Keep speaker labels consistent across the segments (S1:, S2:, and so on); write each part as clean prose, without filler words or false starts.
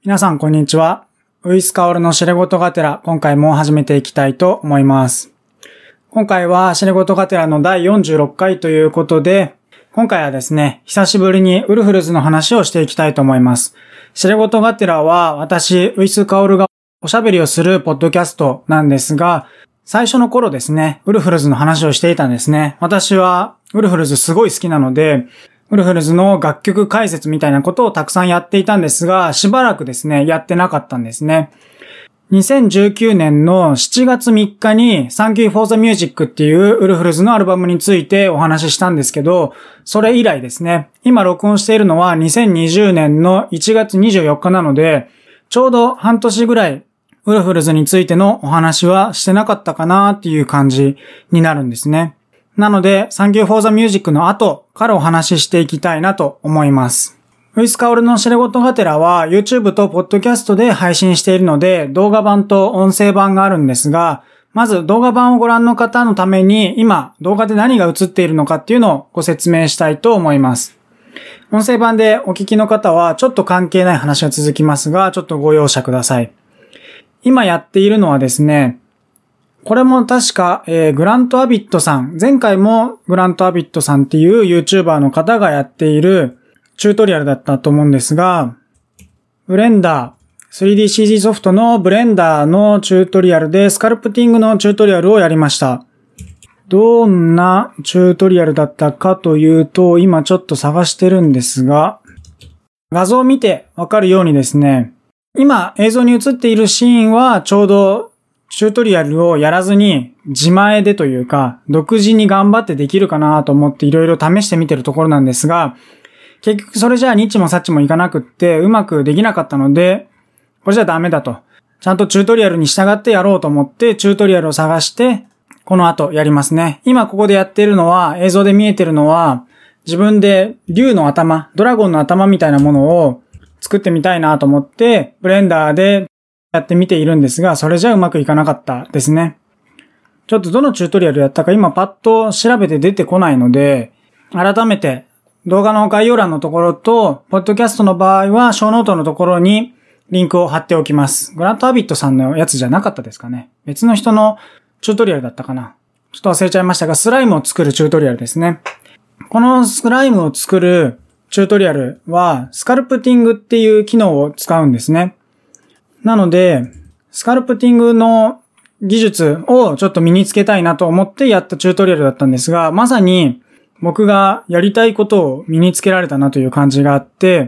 S1: 皆さんこんにちは。ウイスカオルの知れ事がてら、今回も始めていきたいと思います。今回は知れ事がてらの第46回ということで、今回はですね、久しぶりにウルフルズの話をしていきたいと思います。知れ事がてらは私、ウイスカオルがおしゃべりをするポッドキャストなんですが、最初の頃ですね、ウルフルズの話をしていたんですね。私はウルフルズすごい好きなので、ウルフルズの楽曲解説みたいなことをたくさんやっていたんですが、しばらくですね、やってなかったんですね。2019年の7月3日に Thank You for the Music っていうウルフルズのアルバムについてお話ししたんですけど、それ以来ですね、今録音しているのは2020年の1月24日なので、ちょうど半年ぐらいウルフルズについてのお話はしてなかったかなっていう感じになるんですね。なので、Thank You for the Music の後からお話ししていきたいなと思います。ウイスカオルの知れ事がてらは YouTube と Podcast で配信しているので、動画版と音声版があるんですが、まず動画版をご覧の方のために、今動画で何が映っているのかっていうのをご説明したいと思います。音声版でお聞きの方はちょっと関係ない話が続きますが、ちょっとご容赦ください。今やっているのはですね、これも確か、グラント・アビットさん、前回もグラント・アビットさんっていう YouTuber の方がやっているチュートリアルだったと思うんですが、ブレンダー、3DCG ソフトのブレンダーのチュートリアルでスカルプティングのチュートリアルをやりました。どんなチュートリアルだったかというと、今ちょっと探してるんですが、画像を見てわかるようにですね、今映像に映っているシーンはちょうどチュートリアルをやらずに自前でというか独自に頑張ってできるかなと思っていろいろ試してみてるところなんですが、結局それじゃあニッチもサッチもいかなくってうまくできなかったので、これじゃダメだと。ちゃんとチュートリアルに従ってやろうと思ってチュートリアルを探してこの後やりますね。今ここでやっているのは、映像で見えてるのは自分で竜の頭、ドラゴンの頭みたいなものを作ってみたいなと思ってブレンダーでやってみているんですが、それじゃうまくいかなかったですね。ちょっとどのチュートリアルやったか今パッと調べて出てこないので、改めて動画の概要欄のところと、ポッドキャストの場合はショーノートのところにリンクを貼っておきます。グラント・アビットさんのやつじゃなかったですかね。別の人のチュートリアルだったかな。ちょっと忘れちゃいましたが、スライムを作るチュートリアルですね。このスライムを作るチュートリアルは、スカルプティングっていう機能を使うんですね。なので、スカルプティングの技術をちょっと身につけたいなと思ってやったチュートリアルだったんですが、まさに僕がやりたいことを身につけられたなという感じがあって、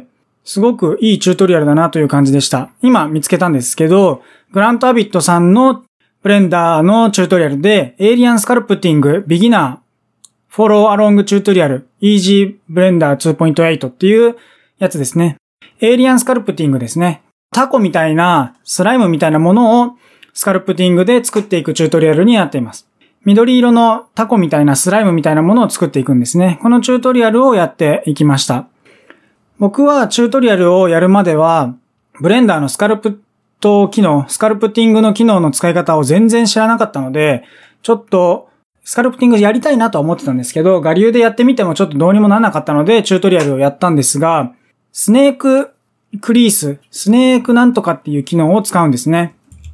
S1: すごくいいチュートリアルだなという感じでした。今見つけたんですけど、グラント・アビットさんのブレンダーのチュートリアルで、エイリアンスカルプティングビギナーフォローアロングチュートリアル Easy Blender 2.8 っていうやつですね。エイリアンスカルプティングですね。タコみたいなスライムみたいなものをスカルプティングで作っていくチュートリアルになっています。緑色のタコみたいなスライムみたいなものを作っていくんですね。このチュートリアルをやっていきました。僕はチュートリアルをやるまでは、ブレンダーのスカルプト機能、スカルプティングの機能の使い方を全然知らなかったので、ちょっとスカルプティングやりたいなとは思ってたんですけど、我流でやってみてもちょっとどうにもならなかったので、チュートリアルをやったんですが、スネーククリース、スネークなんとかっていう機能を使うんですね。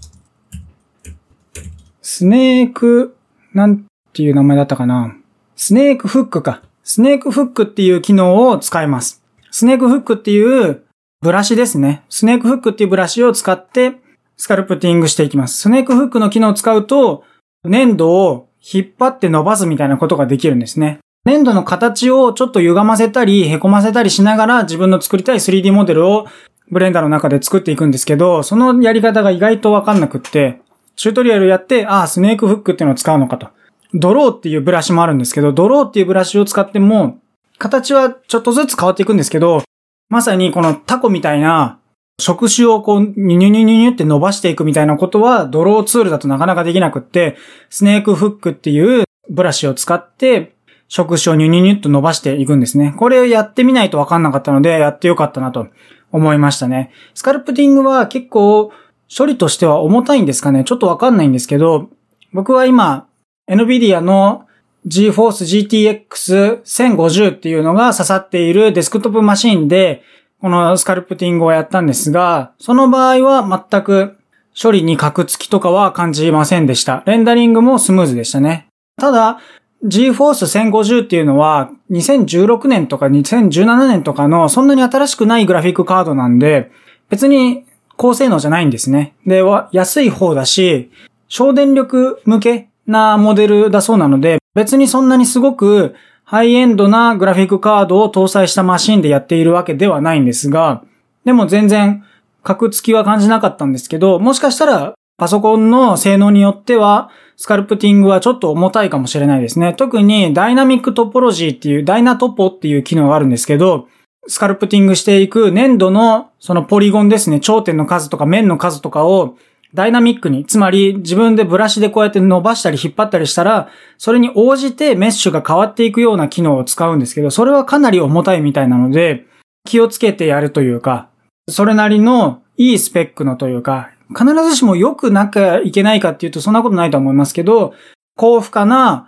S1: スネーク、なんていう名前だったかな。スネークフックか。スネークフックっていう機能を使います。スネークフックっていうブラシですね。スネークフックっていうブラシを使ってスカルプティングしていきます。スネークフックの機能を使うと、粘土を引っ張って伸ばすみたいなことができるんですね。粘土の形をちょっと歪ませたり、へこませたりしながら自分の作りたい 3D モデルをブレンダーの中で作っていくんですけど、そのやり方が意外とわかんなくって、チュートリアルやって、スネークフックっていうのを使うのかと。ドローっていうブラシもあるんですけど、ドローっていうブラシを使っても、形はちょっとずつ変わっていくんですけど、まさにこのタコみたいな触手をこう、ニュニュニュニュって伸ばしていくみたいなことは、ドローツールだとなかなかできなくって、スネークフックっていうブラシを使って、触手をニュニュニュっと伸ばしていくんですね。これをやってみないとわかんなかったので、やってよかったなと思いましたね。スカルプティングは結構、処理としては重たいんですかね。ちょっとわかんないんですけど、僕は今、NVIDIA の GeForce GTX 1050っていうのが刺さっているデスクトップマシンで、 このスカルプティングをやったんですが、その場合は全く処理にカクつきとかは感じませんでした。レンダリングもスムーズでしたね。ただ、GeForce 1050っていうのは2016年とか2017年とかのそんなに新しくないグラフィックカードなんで、別に高性能じゃないんですね。で、安い方だし、省電力向けなモデルだそうなので、別にそんなにすごくハイエンドなグラフィックカードを搭載したマシンでやっているわけではないんですが、でも全然カクつきは感じなかったんですけど、もしかしたらパソコンの性能によってはスカルプティングはちょっと重たいかもしれないですね。特にダイナミックトポロジーっていうダイナトポっていう機能があるんですけど、スカルプティングしていく粘土のそのポリゴンですね、頂点の数とか面の数とかをダイナミックに、つまり自分でブラシでこうやって伸ばしたり引っ張ったりしたら、それに応じてメッシュが変わっていくような機能を使うんですけど、それはかなり重たいみたいなので、気をつけてやるというか、それなりのいいスペックのというか、必ずしも良くなきゃいけないかっていうとそんなことないと思いますけど、高負荷な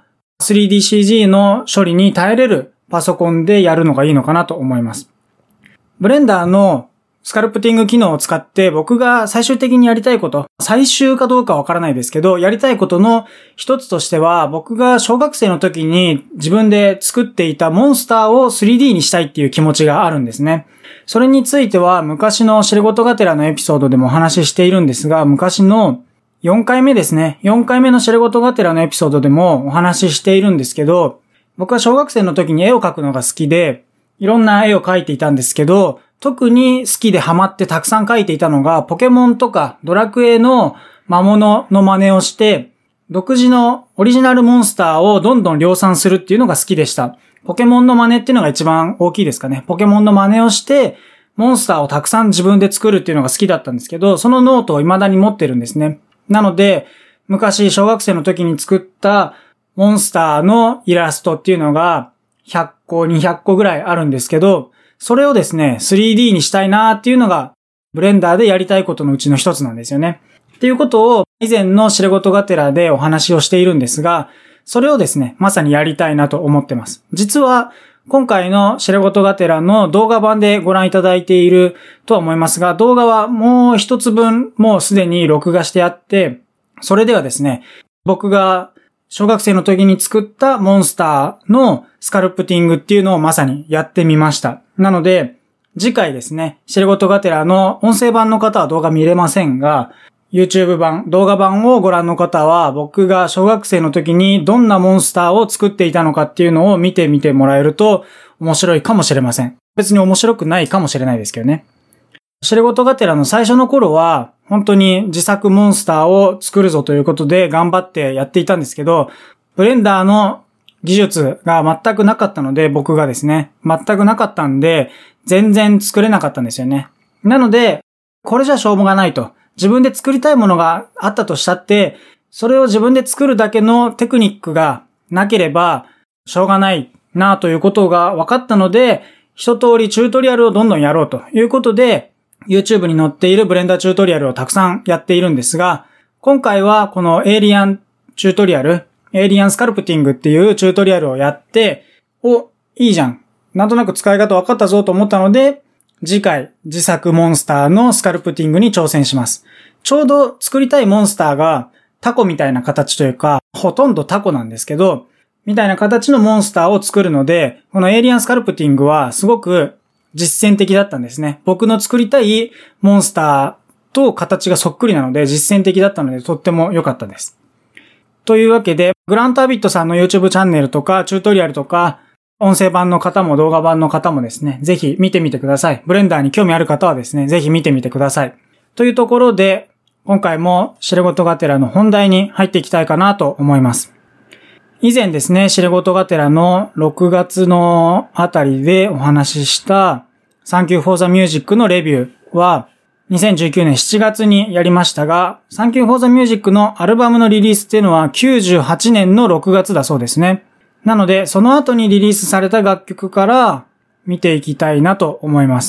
S1: 3DCG の処理に耐えれるパソコンでやるのがいいのかなと思います。ブレンダーのスカルプティング機能を使って僕が最終的にやりたいこと、最終かどうかわからないですけど、やりたいことの一つとしては、僕が小学生の時に自分で作っていたモンスターを 3D にしたいっていう気持ちがあるんですね。それについては昔のシレゴトがてらのエピソードでもお話ししているんですが、昔の4回目ですね。4回目のシレゴトがてらのエピソードでもお話ししているんですけど、僕は小学生の時に絵を描くのが好きで、いろんな絵を描いていたんですけど、特に好きでハマってたくさん描いていたのが、ポケモンとかドラクエの魔物の真似をして、独自のオリジナルモンスターをどんどん量産するっていうのが好きでした。ポケモンの真似っていうのが一番大きいですかね。ポケモンの真似をして、モンスターをたくさん自分で作るっていうのが好きだったんですけど、そのノートを未だに持ってるんですね。なので、昔小学生の時に作ったモンスターのイラストっていうのが100個、200個ぐらいあるんですけど、それをですね、3D にしたいなーっていうのが、ブレンダーでやりたいことのうちの一つなんですよね。っていうことを以前のシレゴトがてらでお話をしているんですが、それをですね、まさにやりたいなと思ってます。実は、今回のシレゴトがてらの動画版でご覧いただいているとは思いますが、動画はもう一つ分もうすでに録画してあって、それではですね、僕が小学生の時に作ったモンスターのスカルプティングっていうのをまさにやってみました。なので、次回ですね、シレゴトがてらの音声版の方は動画見れませんが、YouTube 版、動画版をご覧の方は、僕が小学生の時にどんなモンスターを作っていたのかっていうのを見てみてもらえると面白いかもしれません。別に面白くないかもしれないですけどね。シレゴトがてらの最初の頃は、本当に自作モンスターを作るぞということで頑張ってやっていたんですけど、ブレンダーの技術が全くなかったので、僕がですね、全くなかったんで、全然作れなかったんですよね。なので、これじゃしょうがないと。自分で作りたいものがあったとしたって、それを自分で作るだけのテクニックがなければ、しょうがないなということが分かったので、一通りチュートリアルをどんどんやろうということで、YouTube に載っているブレンダーチュートリアルをたくさんやっているんですが、今回はこのエイリアンチュートリアル、エイリアンスカルプティングっていうチュートリアルをやって、いいじゃん。なんとなく使い方分かったぞと思ったので、次回自作モンスターのスカルプティングに挑戦します。ちょうど作りたいモンスターがタコみたいな形というか、ほとんどタコなんですけど、みたいな形のモンスターを作るので、このエイリアンスカルプティングはすごく実践的だったんですね。僕の作りたいモンスターと形がそっくりなので実践的だったのでとっても良かったです。というわけで、グラントアビットさんの YouTube チャンネルとかチュートリアルとか音声版の方も動画版の方もですね、ぜひ見てみてください。ブレンダーに興味ある方はですね、ぜひ見てみてください。というところで、今回もシレゴトがてらの本題に入っていきたいかなと思います。以前ですね、シレゴトがてらの6月のあたりでお話ししたThank You for the Music のレビューは2019年7月にやりましたが、Thank You for the Music のアルバムのリリースっていうのは98年の6月だそうですね。なので、その後にリリースされた楽曲から見ていきたいなと思います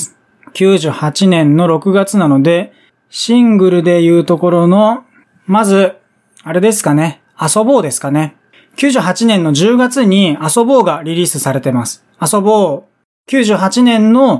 S1: 。98年の6月なので、シングルでいうところの、まず、あれですかね、遊ぼうですかね。98年の10月に遊ぼうがリリースされてます。遊ぼう。98年の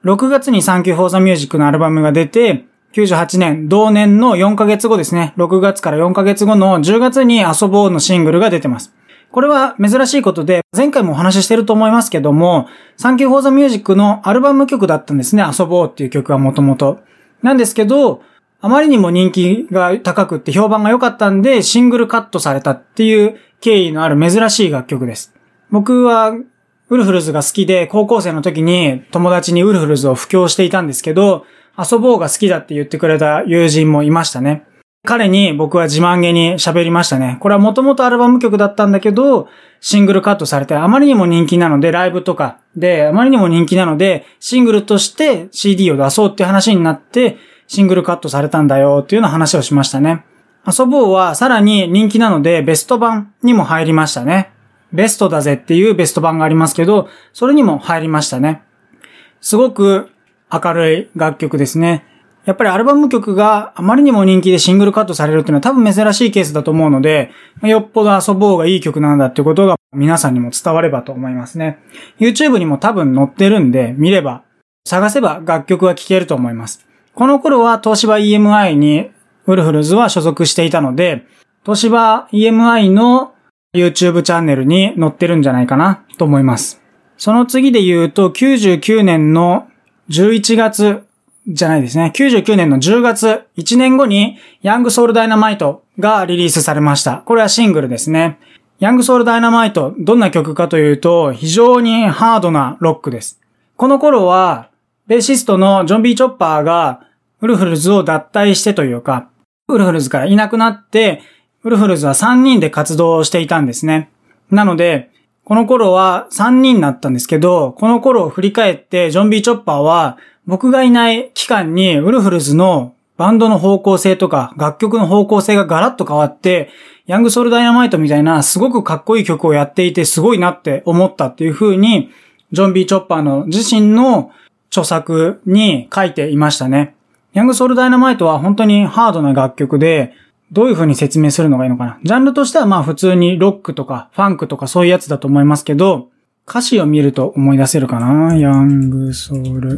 S1: 6月に Thank You for the Music のアルバムが出て、98年、同年の4ヶ月後ですね。6月から4ヶ月後の10月に遊ぼうのシングルが出てます。これは珍しいことで、前回もお話ししてると思いますけども、Thank You for the Music のアルバム曲だったんですね。遊ぼうっていう曲はもともと。なんですけど、あまりにも人気が高くって評判が良かったんで、シングルカットされたっていう経緯のある珍しい楽曲です。僕はウルフルズが好きで、高校生の時に友達にウルフルズを布教していたんですけど、遊ぼうが好きだって言ってくれた友人もいましたね。彼に僕は自慢げに喋りましたね。これはもともとアルバム曲だったんだけど、シングルカットされてあまりにも人気なので、ライブとかであまりにも人気なので、シングルとして CD を出そうっていう話になって、シングルカットされたんだよっていうような話をしましたね。遊ぼうはさらに人気なので、ベスト版にも入りましたね。ベストだぜっていうベスト版がありますけど、それにも入りましたね。すごく明るい楽曲ですね。やっぱりアルバム曲があまりにも人気でシングルカットされるっていうのは多分珍しいケースだと思うので、よっぽど遊ぼうがいい曲なんだっていうことが皆さんにも伝わればと思いますね。YouTube にも多分載ってるんで、見れば、探せば楽曲は聴けると思います。この頃は東芝 EMI にウルフルズは所属していたので、東芝 EMI の YouTube チャンネルに載ってるんじゃないかなと思います。その次で言うと99年の11月じゃないですね。99年の10月、1年後にヤングソウルダイナマイトがリリースされました。これはシングルですね。ヤングソウルダイナマイト、どんな曲かというと、非常にハードなロックです。この頃は、ベーシストのジョン・ビー・チョッパーがウルフルズを脱退してというか、ウルフルズからいなくなって、ウルフルズは3人で活動していたんですね。なので、この頃は3人だったんですけど、この頃を振り返ってジョン・ビー・チョッパーは、僕がいない期間にウルフルズのバンドの方向性とか楽曲の方向性がガラッと変わって、ヤングソウルダイナマイトみたいなすごくかっこいい曲をやっていてすごいなって思ったっていう風に、ジョン・ビー・チョッパーの自身の著作に書いていましたね。ヤングソウルダイナマイトは本当にハードな楽曲で、どういう風に説明するのがいいのかな。ジャンルとしてはまあ普通にロックとかファンクとかそういうやつだと思いますけど、歌詞を見ると思い出せるかな。ヤングソウル。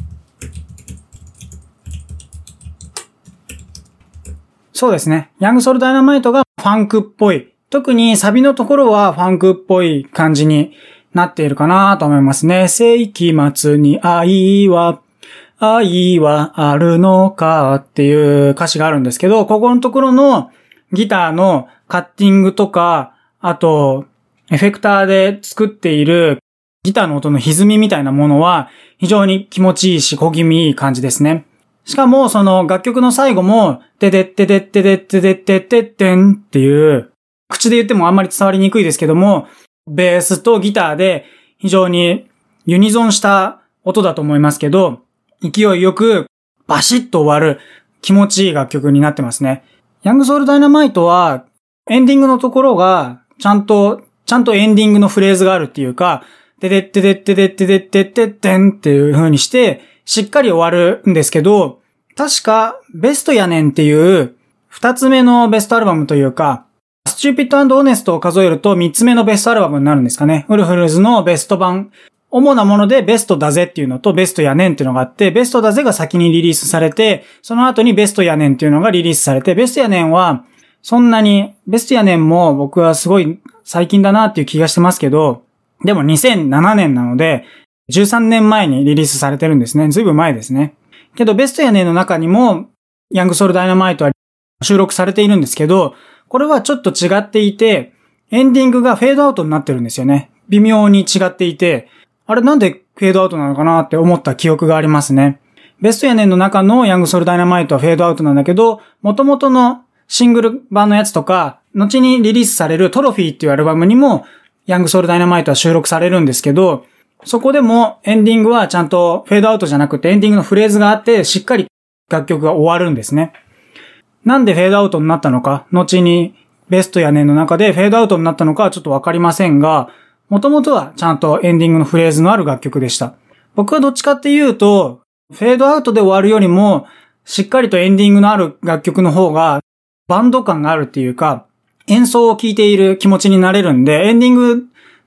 S1: そうですね。ヤングソウルダイナマイトがファンクっぽい。特にサビのところはファンクっぽい感じになっているかなと思いますね。世紀末に愛はあるのかっていう歌詞があるんですけど、ここのところのギターのカッティングとか、あとエフェクターで作っているギターの音の歪みみたいなものは非常に気持ちいいし小気味いい感じですね。しかもその楽曲の最後もてでってでってでってでってでってんっていう口で言ってもあんまり伝わりにくいですけども、ベースとギターで非常にユニゾンした音だと思いますけど、勢いよくバシッと終わる気持ちいい楽曲になってますね。ヤングソウルダイナマイトはエンディングのところがちゃんとエンディングのフレーズがあるっていうか、てでってでってでってでってでってんっていう風にしてしっかり終わるんですけど、確かベストやねんっていう二つ目のベストアルバムというか、スチューピッド&オネストを数えると三つ目のベストアルバムになるんですかね。ウルフルズのベスト版。主なものでベストだぜっていうのとベストやねんっていうのがあって、ベストだぜが先にリリースされて、その後にベストやねんっていうのがリリースされて、ベストやねんはそんなに、ベストやねんも僕はすごい最近だなっていう気がしてますけど、でも2007年なので、13年前にリリースされてるんですね。ずいぶん前ですね。けどベストやねんの中にも、ヤングソウルダイナマイトは収録されているんですけど、これはちょっと違っていて、エンディングがフェードアウトになってるんですよね。微妙に違っていて、あれなんでフェードアウトなのかなって思った記憶がありますね。ベストやねんの中のヤングソウルダイナマイトはフェードアウトなんだけど、元々のシングル版のやつとか、後にリリースされるトロフィーっていうアルバムにも、ヤングソウルダイナマイトは収録されるんですけど、そこでもエンディングはちゃんとフェードアウトじゃなくてエンディングのフレーズがあって、しっかり楽曲が終わるんですね。なんでフェードアウトになったのか、後にベストやねんの中でフェードアウトになったのかはちょっとわかりませんが、もともとはちゃんとエンディングのフレーズのある楽曲でした。僕はどっちかっていうと、フェードアウトで終わるよりも、しっかりとエンディングのある楽曲の方が、バンド感があるっていうか、演奏を聴いている気持ちになれるんで、エンディング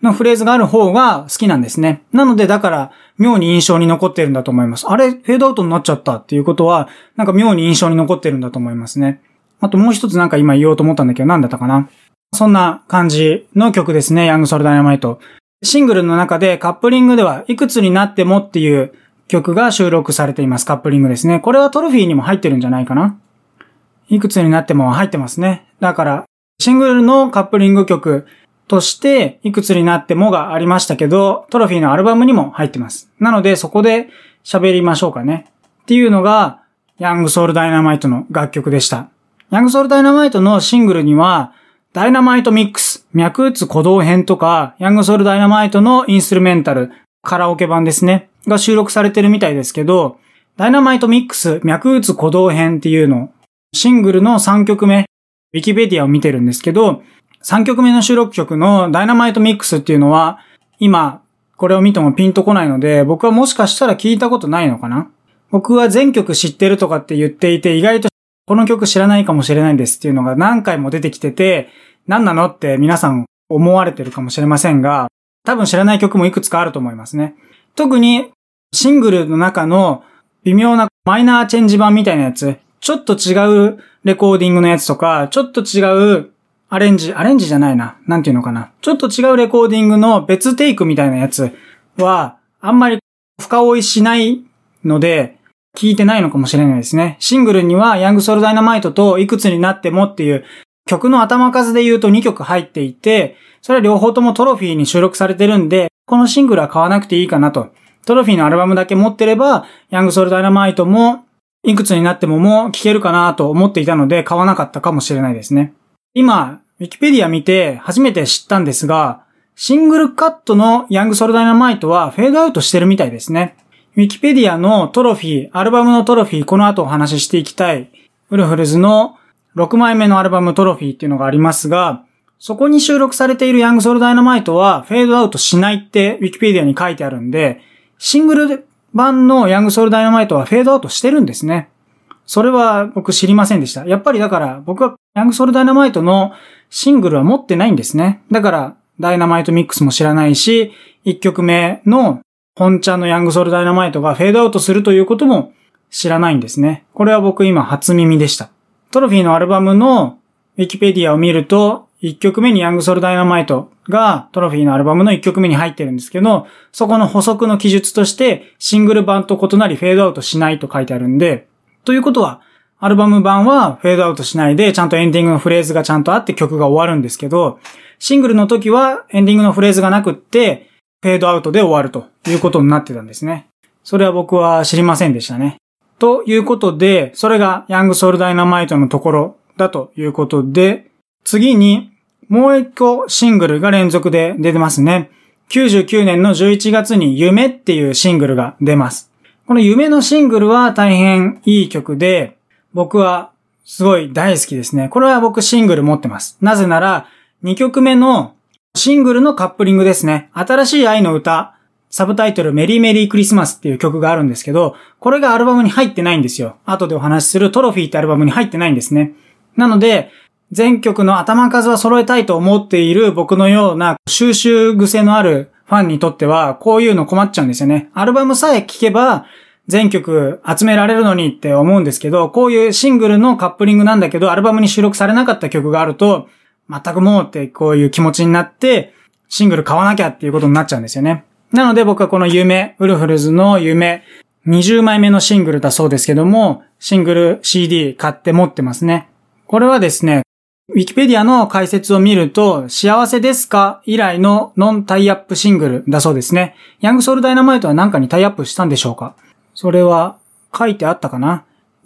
S1: のフレーズがある方が好きなんですね。なのでだから妙に印象に残ってるんだと思います。あれ、フェードアウトになっちゃったっていうことは、なんか妙に印象に残ってるんだと思いますね。あともう一つなんか今言おうと思ったんだけど、何だったかな。そんな感じの曲ですね、ヤングソウルダイナマイト。シングルの中でカップリングではいくつになってもっていう曲が収録されています。カップリングですね。これはトロフィーにも入ってるんじゃないかな。いくつになっても入ってますね。だから、シングルのカップリング曲として、いくつになってもがありましたけど、トロフィーのアルバムにも入ってます。なので、そこで喋りましょうかね。っていうのが、ヤングソウルダイナマイトの楽曲でした。ヤングソウルダイナマイトのシングルには、ダイナマイトミックス、脈打つ鼓動編とか、ヤングソウルダイナマイトのインストゥルメンタル、カラオケ版ですね、が収録されてるみたいですけど、ダイナマイトミックス、脈打つ鼓動編っていうの、シングルの3曲目、ウィキペディアを見てるんですけど、3曲目の収録曲のダイナマイトミックスっていうのは、今、これを見てもピンとこないので、僕はもしかしたら聞いたことないのかな？僕は全曲知ってるとかって言っていて、意外とこの曲知らないかもしれないんですっていうのが何回も出てきてて、何なのって皆さん思われてるかもしれませんが、多分知らない曲もいくつかあると思いますね。特にシングルの中の微妙なマイナーチェンジ版みたいなやつ、ちょっと違うレコーディングのやつとか、ちょっと違うアレンジじゃないな。なんていうのかな。ちょっと違うレコーディングの別テイクみたいなやつは、あんまり深追いしないので、聞いてないのかもしれないですね。シングルにはヤングソウルダイナマイトといくつになってもっていう曲の頭数で言うと2曲入っていて、それは両方ともトロフィーに収録されてるんで、このシングルは買わなくていいかなと。トロフィーのアルバムだけ持ってれば、ヤングソウルダイナマイトもいくつになってももう聴けるかなと思っていたので買わなかったかもしれないですね。今、ウィキペディア見て初めて知ったんですが、シングルカットのヤングソウルダイナマイトはフェードアウトしてるみたいですね。ウィキペディアのトロフィー、アルバムのトロフィー、この後お話ししていきたい、ウルフルズの6枚目のアルバムトロフィーっていうのがありますが、そこに収録されているヤングソウルダイナマイトはフェードアウトしないってウィキペディアに書いてあるんで、シングル版のヤングソウルダイナマイトはフェードアウトしてるんですね。それは僕知りませんでした。やっぱりだから僕はヤングソウルダイナマイトのシングルは持ってないんですね。だからダイナマイトミックスも知らないし、1曲目の本ちゃんのヤングソウルダイナマイトがフェードアウトするということも知らないんですね。これは僕今初耳でした。トロフィーのアルバムのウィキペディアを見ると、1曲目にヤングソウルダイナマイトがトロフィーのアルバムの1曲目に入ってるんですけど、そこの補足の記述としてシングル版と異なりフェードアウトしないと書いてあるんで、ということはアルバム版はフェードアウトしないでちゃんとエンディングのフレーズがちゃんとあって曲が終わるんですけど、シングルの時はエンディングのフレーズがなくってフェードアウトで終わるということになってたんですね。それは僕は知りませんでしたね。ということで、それがヤングソウルダイナマイトのところだということで、次にもう一個シングルが連続で出てますね。99年の11月に夢っていうシングルが出ます。この夢のシングルは大変いい曲で、僕はすごい大好きですね。これは僕シングル持ってます。なぜなら2曲目のシングルのカップリングですね。新しい愛の歌、サブタイトルメリーメリークリスマスっていう曲があるんですけど、これがアルバムに入ってないんですよ。後でお話しするトロフィーってアルバムに入ってないんですね。なので、全曲の頭数は揃えたいと思っている僕のような収集癖のあるファンにとっては、こういうの困っちゃうんですよね。アルバムさえ聴けば全曲集められるのにって思うんですけど、こういうシングルのカップリングなんだけど、アルバムに収録されなかった曲があると、全くもうってこういう気持ちになって、シングル買わなきゃっていうことになっちゃうんですよね。なので僕はこの夢、ウルフルズの夢、20枚目のシングルだそうですけども、シングル CD 買って持ってますね。これはですね、ウィキペディアの解説を見ると、幸せですか以来のノンタイアップシングルだそうですね。ヤングソウルダイナマイトは何かにタイアップしたんでしょうか？それは書いてあったかな？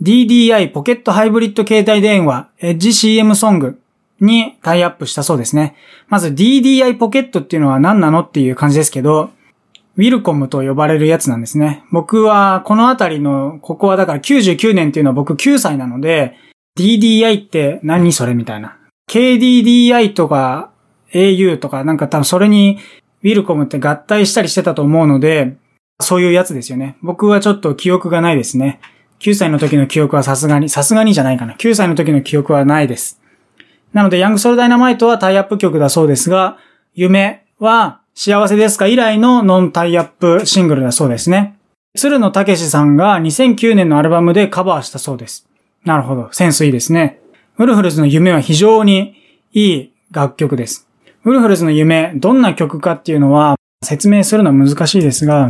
S1: DDI ポケットハイブリッド携帯電話エッジ CM ソングにタイアップしたそうですね。まず DDI ポケットっていうのは何なのっていう感じですけど、ウィルコムと呼ばれるやつなんですね。僕はこのあたりの、ここはだから99年っていうのは僕9歳なので、DDI って何それみたいな。KDDI とか au とかなんか多分それにウィルコムって合体したりしてたと思うので、そういうやつですよね。僕はちょっと記憶がないですね。9歳の時の記憶はさすがにじゃないかな。9歳の時の記憶はないです。なのでヤングソウルダイナマイトはタイアップ曲だそうですが、夢は幸せですか以来のノンタイアップシングルだそうですね。鶴野武さんが2009年のアルバムでカバーしたそうです。なるほど。センスいいですね。ウルフルズの夢は非常にいい楽曲です。ウルフルズの夢、どんな曲かっていうのは説明するのは難しいですが、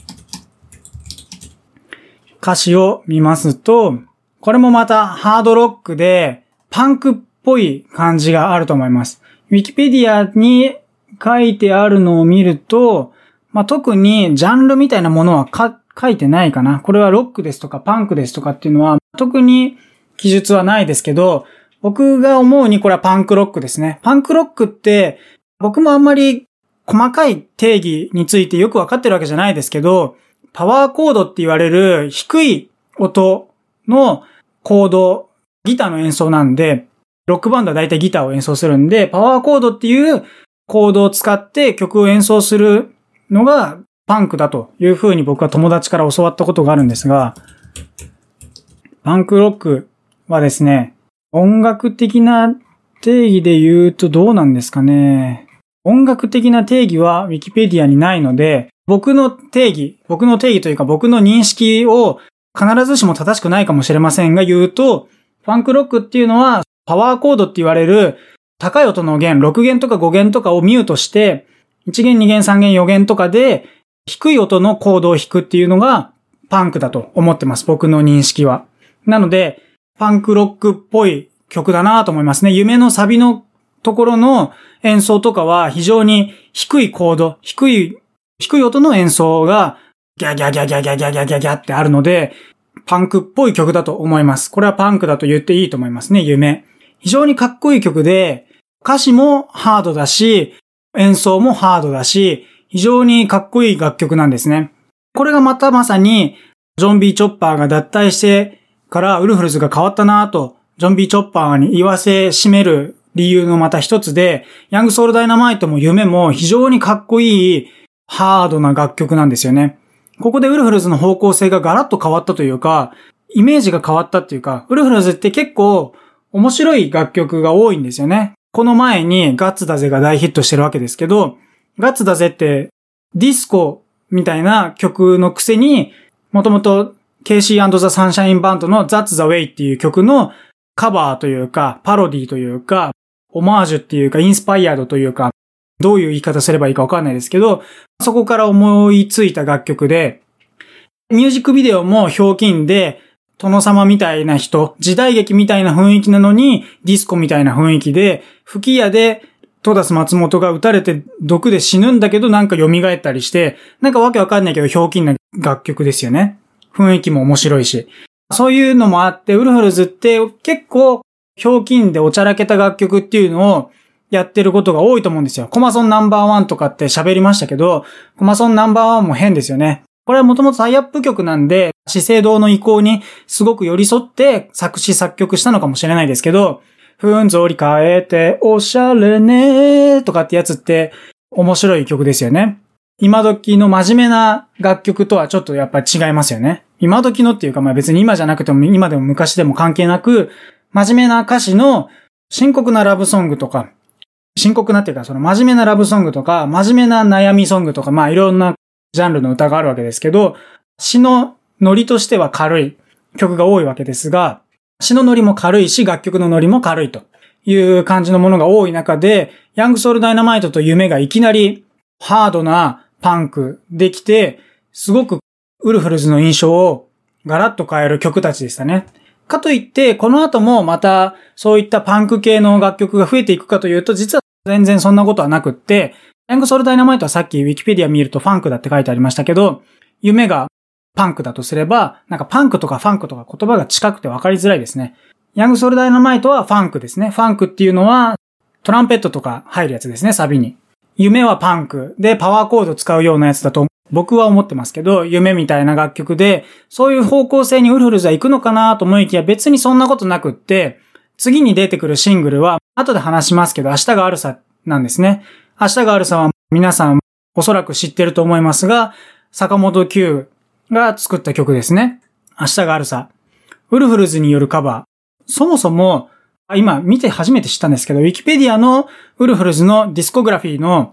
S1: 歌詞を見ますと、これもまたハードロックでパンクっぽい感じがあると思います。ウィキペディアに書いてあるのを見ると、特にジャンルみたいなものは書いてないかな。これはロックですとかパンクですとかっていうのは特に記述はないですけど、僕が思うにこれはパンクロックですね。パンクロックって僕もあんまり細かい定義についてよくわかってるわけじゃないですけど、パワーコードって言われる低い音のコード、ギターの演奏なんで、ロックバンドは大体ギターを演奏するんで、パワーコードっていうコードを使って曲を演奏するのがパンクだというふうに僕は友達から教わったことがあるんですが、パンクロックはですね、音楽的な定義で言うとどうなんですかね。音楽的な定義は Wikipedia にないので、僕の定義というか僕の認識を必ずしも正しくないかもしれませんが言うと、パンクロックっていうのはパワーコードって言われる高い音の弦、6弦とか5弦とかをミュートして、1弦、2弦、3弦、4弦とかで低い音のコードを弾くっていうのがパンクだと思ってます。僕の認識は。なので、パンクロックっぽい曲だなと思いますね。夢のサビのところの演奏とかは非常に低いコード、低い音の演奏がギャギャギャギャギャギャギャギャギャってあるので、パンクっぽい曲だと思います。これはパンクだと言っていいと思いますね、夢。非常にかっこいい曲で、歌詞もハードだし、演奏もハードだし、非常にかっこいい楽曲なんですね。これがまたまさに、ジョン・ビー・チョッパーが脱退してからウルフルズが変わったなぁと、ジョン・ビー・チョッパーに言わせしめる理由のまた一つで、ヤング・ソウル・ダイナマイトも夢も非常にかっこいいハードな楽曲なんですよね。ここでウルフルズの方向性がガラッと変わったというか、イメージが変わったっていうか、ウルフルズって結構面白い楽曲が多いんですよね。この前にガッツだぜが大ヒットしてるわけですけど、ガッツだぜってディスコみたいな曲のくせに、もともと KC& ザ・サンシャインバンドの That's the Way っていう曲のカバーというか、パロディというか、オマージュっていうか、インスパイアードというか、どういう言い方すればいいかわかんないですけど、そこから思いついた楽曲で、ミュージックビデオもひょうきんで、殿様みたいな人、時代劇みたいな雰囲気なのに、ディスコみたいな雰囲気で、吹き矢でトダス松本が撃たれて毒で死ぬんだけどなんか蘇ったりして、なんかわけわかんないけどひょうきんな楽曲ですよね。雰囲気も面白いし。そういうのもあって、ウルフルズって結構ひょうきんでおちゃらけた楽曲っていうのをやってることが多いと思うんですよ。コマソンナンバーワンとかって喋りましたけど、コマソンナンバーワンも変ですよね。これはもともとタイアップ曲なんで、資生堂の意向にすごく寄り添って作詞作曲したのかもしれないですけど、ふんぞり変えておしゃれねーとかってやつって面白い曲ですよね。今時の真面目な楽曲とはちょっとやっぱり違いますよね。今時のっていうか別に今じゃなくても今でも昔でも関係なく、真面目な歌詞の深刻なラブソングとか、深刻なっていうかその真面目なラブソングとか、真面目な悩みソングとか、いろんなジャンルの歌があるわけですけど、詩のノリとしては軽い曲が多いわけですが、詩のノリも軽いし、楽曲のノリも軽いという感じのものが多い中で、ヤングソウルダイナマイトと夢がいきなりハードなパンクできて、すごくウルフルズの印象をガラッと変える曲たちでしたね。かといって、この後もまたそういったパンク系の楽曲が増えていくかというと、実は全然そんなことはなくって、ヤングソウルダイナマイトはさっきウィキペディア見るとファンクだって書いてありましたけど、夢がパンクだとすれば、なんかパンクとかファンクとか言葉が近くて分かりづらいですね。ヤングソウルダイナマイトはファンクですね。ファンクっていうのはトランペットとか入るやつですね、サビに。夢はパンクでパワーコード使うようなやつだと僕は思ってますけど、夢みたいな楽曲で、そういう方向性にウルフルズは行くのかなと思いきや別にそんなことなくって、次に出てくるシングルは後で話しますけど、明日があるさなんですね。明日があるさは皆さんおそらく知ってると思いますが、坂本九が作った曲ですね。明日があるさ。ウルフルズによるカバー。そもそも、今見て初めて知ったんですけど、ウィキペディアのウルフルズのディスコグラフィーの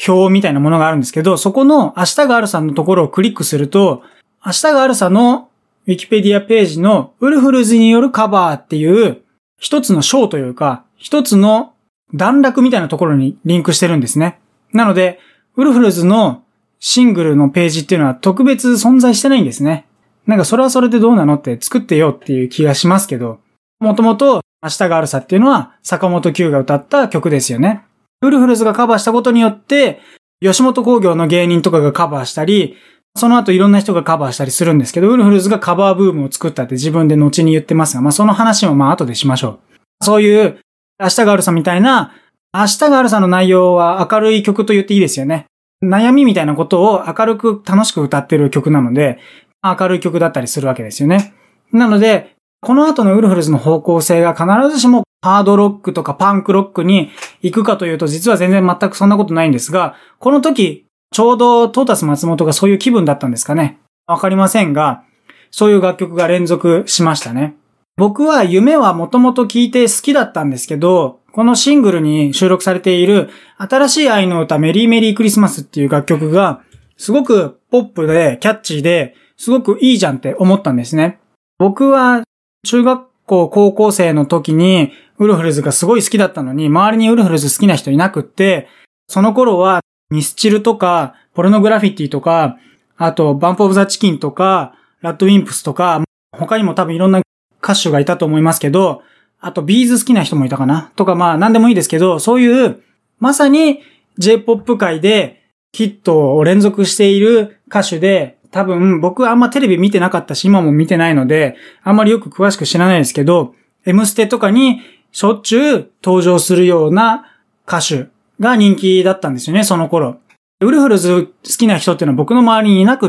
S1: 表みたいなものがあるんですけど、そこの明日があるさんのところをクリックすると、明日があるさのウィキペディアページのウルフルズによるカバーっていう一つの章というか、一つの段落みたいなところにリンクしてるんですね。なので、ウルフルズのシングルのページっていうのは特別存在してないんですね。なんかそれはそれでどうなのって作ってよっていう気がしますけど、もともと明日があるさっていうのは坂本九が歌った曲ですよね。ウルフルズがカバーしたことによって、吉本興業の芸人とかがカバーしたり、その後いろんな人がカバーしたりするんですけど、ウルフルズがカバーブームを作ったって自分で後に言ってますが、その話も後でしましょう。そういう明日があるさみたいな、明日があるさの内容は明るい曲と言っていいですよね。悩みみたいなことを明るく楽しく歌ってる曲なので、明るい曲だったりするわけですよね。なので、この後のウルフルズの方向性が必ずしもハードロックとかパンクロックに行くかというと、実は全然全くそんなことないんですが、この時、ちょうどトータス松本がそういう気分だったんですかね。わかりませんが、そういう楽曲が連続しましたね。僕は夢はもともと聴いて好きだったんですけど、このシングルに収録されている新しい愛の歌メリーメリークリスマスっていう楽曲がすごくポップでキャッチーですごくいいじゃんって思ったんですね。僕は中学校高校生の時にウルフルズがすごい好きだったのに周りにウルフルズ好きな人いなくって、その頃はミスチルとかポルノグラフィティとか、あとバンプオブザチキンとかラッドウィンプスとか他にも多分いろんな歌手がいたと思いますけど、あとビーズ好きな人もいたかなとか何でもいいですけど、そういうまさに J-POP 界でヒットを連続している歌手で、多分僕はあんまテレビ見てなかったし今も見てないのであんまりよく詳しく知らないですけど、M ステとかにしょっちゅう登場するような歌手が人気だったんですよね、その頃。ウルフルズ好きな人っていうのは僕の周りにいなくって、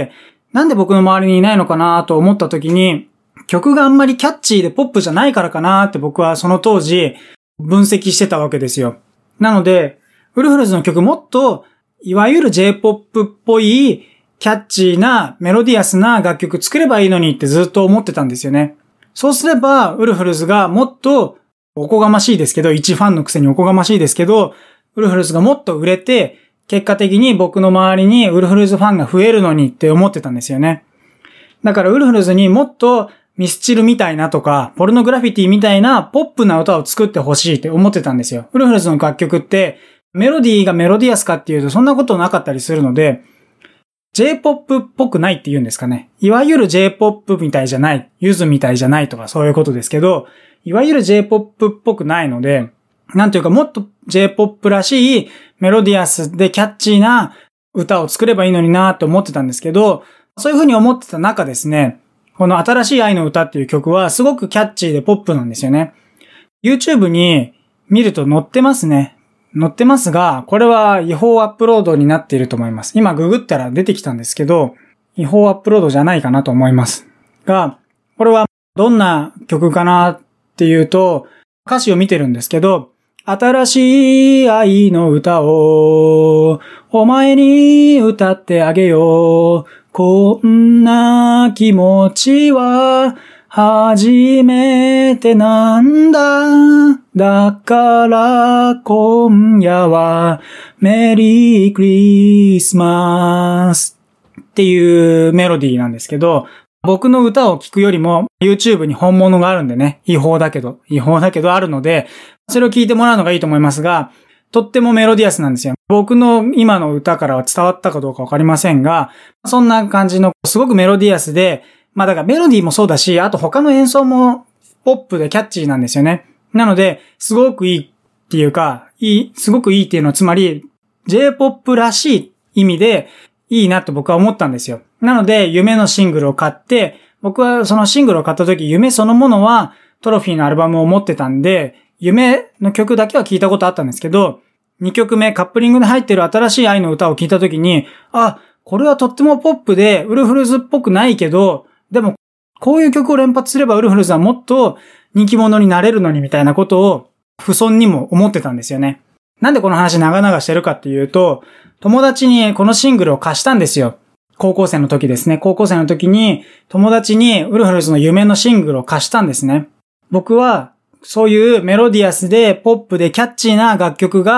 S1: なんで僕の周りにいないのかなと思った時に、曲があんまりキャッチーでポップじゃないからかなって僕はその当時分析してたわけですよ。なので、ウルフルズの曲もっといわゆる J-POP っぽいキャッチーなメロディアスな楽曲作ればいいのにってずっと思ってたんですよね。そうすればウルフルズがもっとおこがましいですけど、一ファンのくせにおこがましいですけど、ウルフルズがもっと売れて結果的に僕の周りにウルフルズファンが増えるのにって思ってたんですよね。だからウルフルズにもっとミスチルみたいなとか、ポルノグラフィティみたいなポップな歌を作ってほしいって思ってたんですよ。ウルフルズの楽曲ってメロディーがメロディアスかっていうとそんなことなかったりするので、J-POP っぽくないって言うんですかね。いわゆる J-POP みたいじゃない、ユズみたいじゃないとかそういうことですけど、いわゆる J-POP っぽくないので、なんていうかもっと J-POP らしいメロディアスでキャッチーな歌を作ればいいのになと思ってたんですけど、そういうふうに思ってた中ですね、この新しい愛の歌っていう曲はすごくキャッチーでポップなんですよね。YouTube に見ると載ってますね。載ってますが、これは違法アップロードになっていると思います。今ググったら出てきたんですけど、違法アップロードじゃないかなと思います。が、これはどんな曲かなっていうと、歌詞を見てるんですけど、新しい愛の歌をお前に歌ってあげよう。こんな気持ちは初めてなんだ。だから今夜はメリークリスマスっていうメロディーなんですけど、僕の歌を聴くよりも YouTube に本物があるんでね、違法だけどあるので、それを聴いてもらうのがいいと思いますが、とってもメロディアスなんですよ。僕の今の歌からは伝わったかどうかわかりませんが、そんな感じのすごくメロディアスで、だからメロディーもそうだし、あと他の演奏もポップでキャッチーなんですよね。なので、すごくいいっていうか、すごくいいっていうのはつまり J-POP らしい意味でいいなと僕は思ったんですよ。なので、夢のシングルを買って、僕はそのシングルを買った時、夢そのものはトロフィーのアルバムを持ってたんで、夢の曲だけは聞いたことあったんですけど、2曲目カップリングで入ってる新しい愛の歌を聞いた時に、これはとってもポップでウルフルズっぽくないけど、でもこういう曲を連発すればウルフルズはもっと人気者になれるのにみたいなことを不遜にも思ってたんですよね。なんでこの話長々してるかっていうと、友達にこのシングルを貸したんですよ。高校生の時ですね。高校生の時に友達にウルフルズの夢のシングルを貸したんですね。僕はそういうメロディアスでポップでキャッチーな楽曲が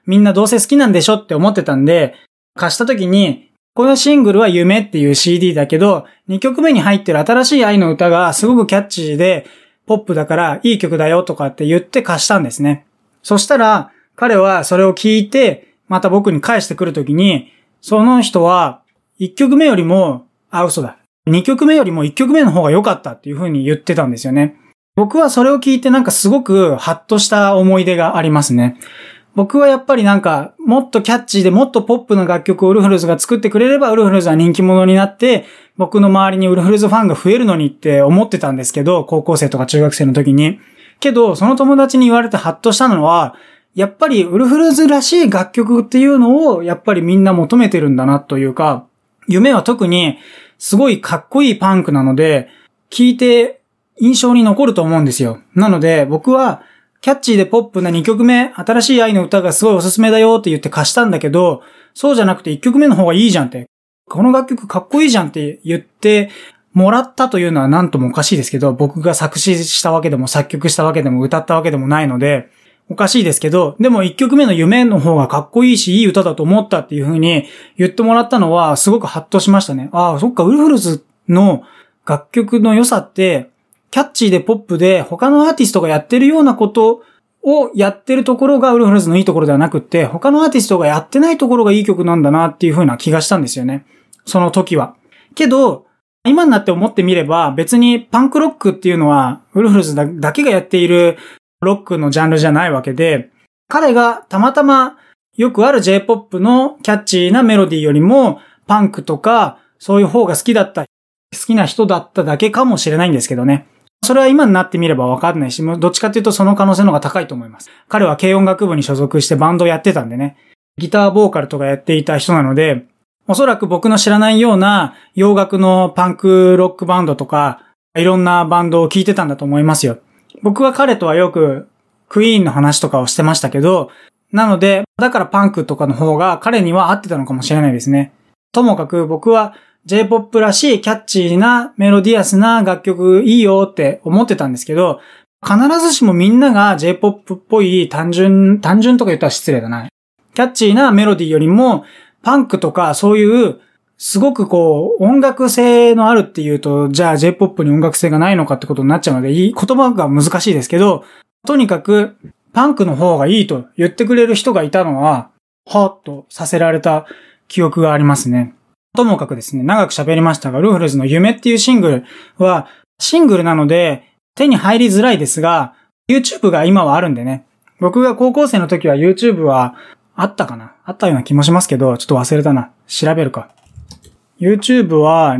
S1: みんなどうせ好きなんでしょって思ってたんで、貸した時に、このシングルは夢っていう CD だけど、2曲目に入ってる新しい愛の歌がすごくキャッチーで、ポップだからいい曲だよとかって言って貸したんですね。そしたら、彼はそれを聞いて、また僕に返してくるときに、その人は、1曲目よりも、嘘だ。2曲目よりも1曲目の方が良かったっていう風に言ってたんですよね。僕はそれを聞いてなんかすごくハッとした思い出がありますね。僕はやっぱりなんか、もっとキャッチーでもっとポップな楽曲をウルフルズが作ってくれれば、ウルフルズは人気者になって、僕の周りにウルフルズファンが増えるのにって思ってたんですけど、高校生とか中学生の時に。けど、その友達に言われてハッとしたのは、やっぱりウルフルズらしい楽曲っていうのを、やっぱりみんな求めてるんだなというか、夢は特にすごいかっこいいパンクなので、聴いて印象に残ると思うんですよ。なので、僕は、キャッチーでポップな2曲目、新しい愛の歌がすごいおすすめだよって言って貸したんだけど、そうじゃなくて1曲目の方がいいじゃんって。この楽曲かっこいいじゃんって言ってもらったというのはなんともおかしいですけど、僕が作詞したわけでも作曲したわけでも歌ったわけでもないので、おかしいですけど、でも1曲目の夢の方がかっこいいし、いい歌だと思ったっていう風に言ってもらったのはすごくハッとしましたね。そっか、ウルフルズの楽曲の良さって、キャッチーでポップで他のアーティストがやってるようなことをやってるところがウルフルズのいいところではなくって、他のアーティストがやってないところがいい曲なんだなっていう風な気がしたんですよね。その時は。けど、今になって思ってみれば別にパンクロックっていうのはウルフルズだけがやっているロックのジャンルじゃないわけで、彼がたまたまよくある J-POP のキャッチーなメロディーよりもパンクとかそういう方が好きな人だっただけかもしれないんですけどね。それは今になってみればわかんないし、どっちかっていうとその可能性の方が高いと思います。彼は軽音楽部に所属してバンドをやってたんでね。ギターボーカルとかやっていた人なので、おそらく僕の知らないような洋楽のパンクロックバンドとか、いろんなバンドを聴いてたんだと思いますよ。僕は彼とはよくクイーンの話とかをしてましたけど、なので、だからパンクとかの方が彼には合ってたのかもしれないですね。ともかく僕はJ-POP らしいキャッチーなメロディアスな楽曲いいよって思ってたんですけど、必ずしもみんなが J-POP っぽい単純とか言ったら失礼だな。キャッチーなメロディーよりもパンクとかそういうすごく音楽性のあるっていうと、じゃあ J-POP に音楽性がないのかってことになっちゃうので、言葉が難しいですけど、とにかくパンクの方がいいと言ってくれる人がいたのは、はーっとさせられた記憶がありますね。ともかくですね、長く喋りましたが、ウルフルズの夢っていうシングルは、シングルなので手に入りづらいですが、YouTube が今はあるんでね。僕が高校生の時は YouTube はあったかな？あったような気もしますけど、ちょっと忘れたな。調べるか。YouTube は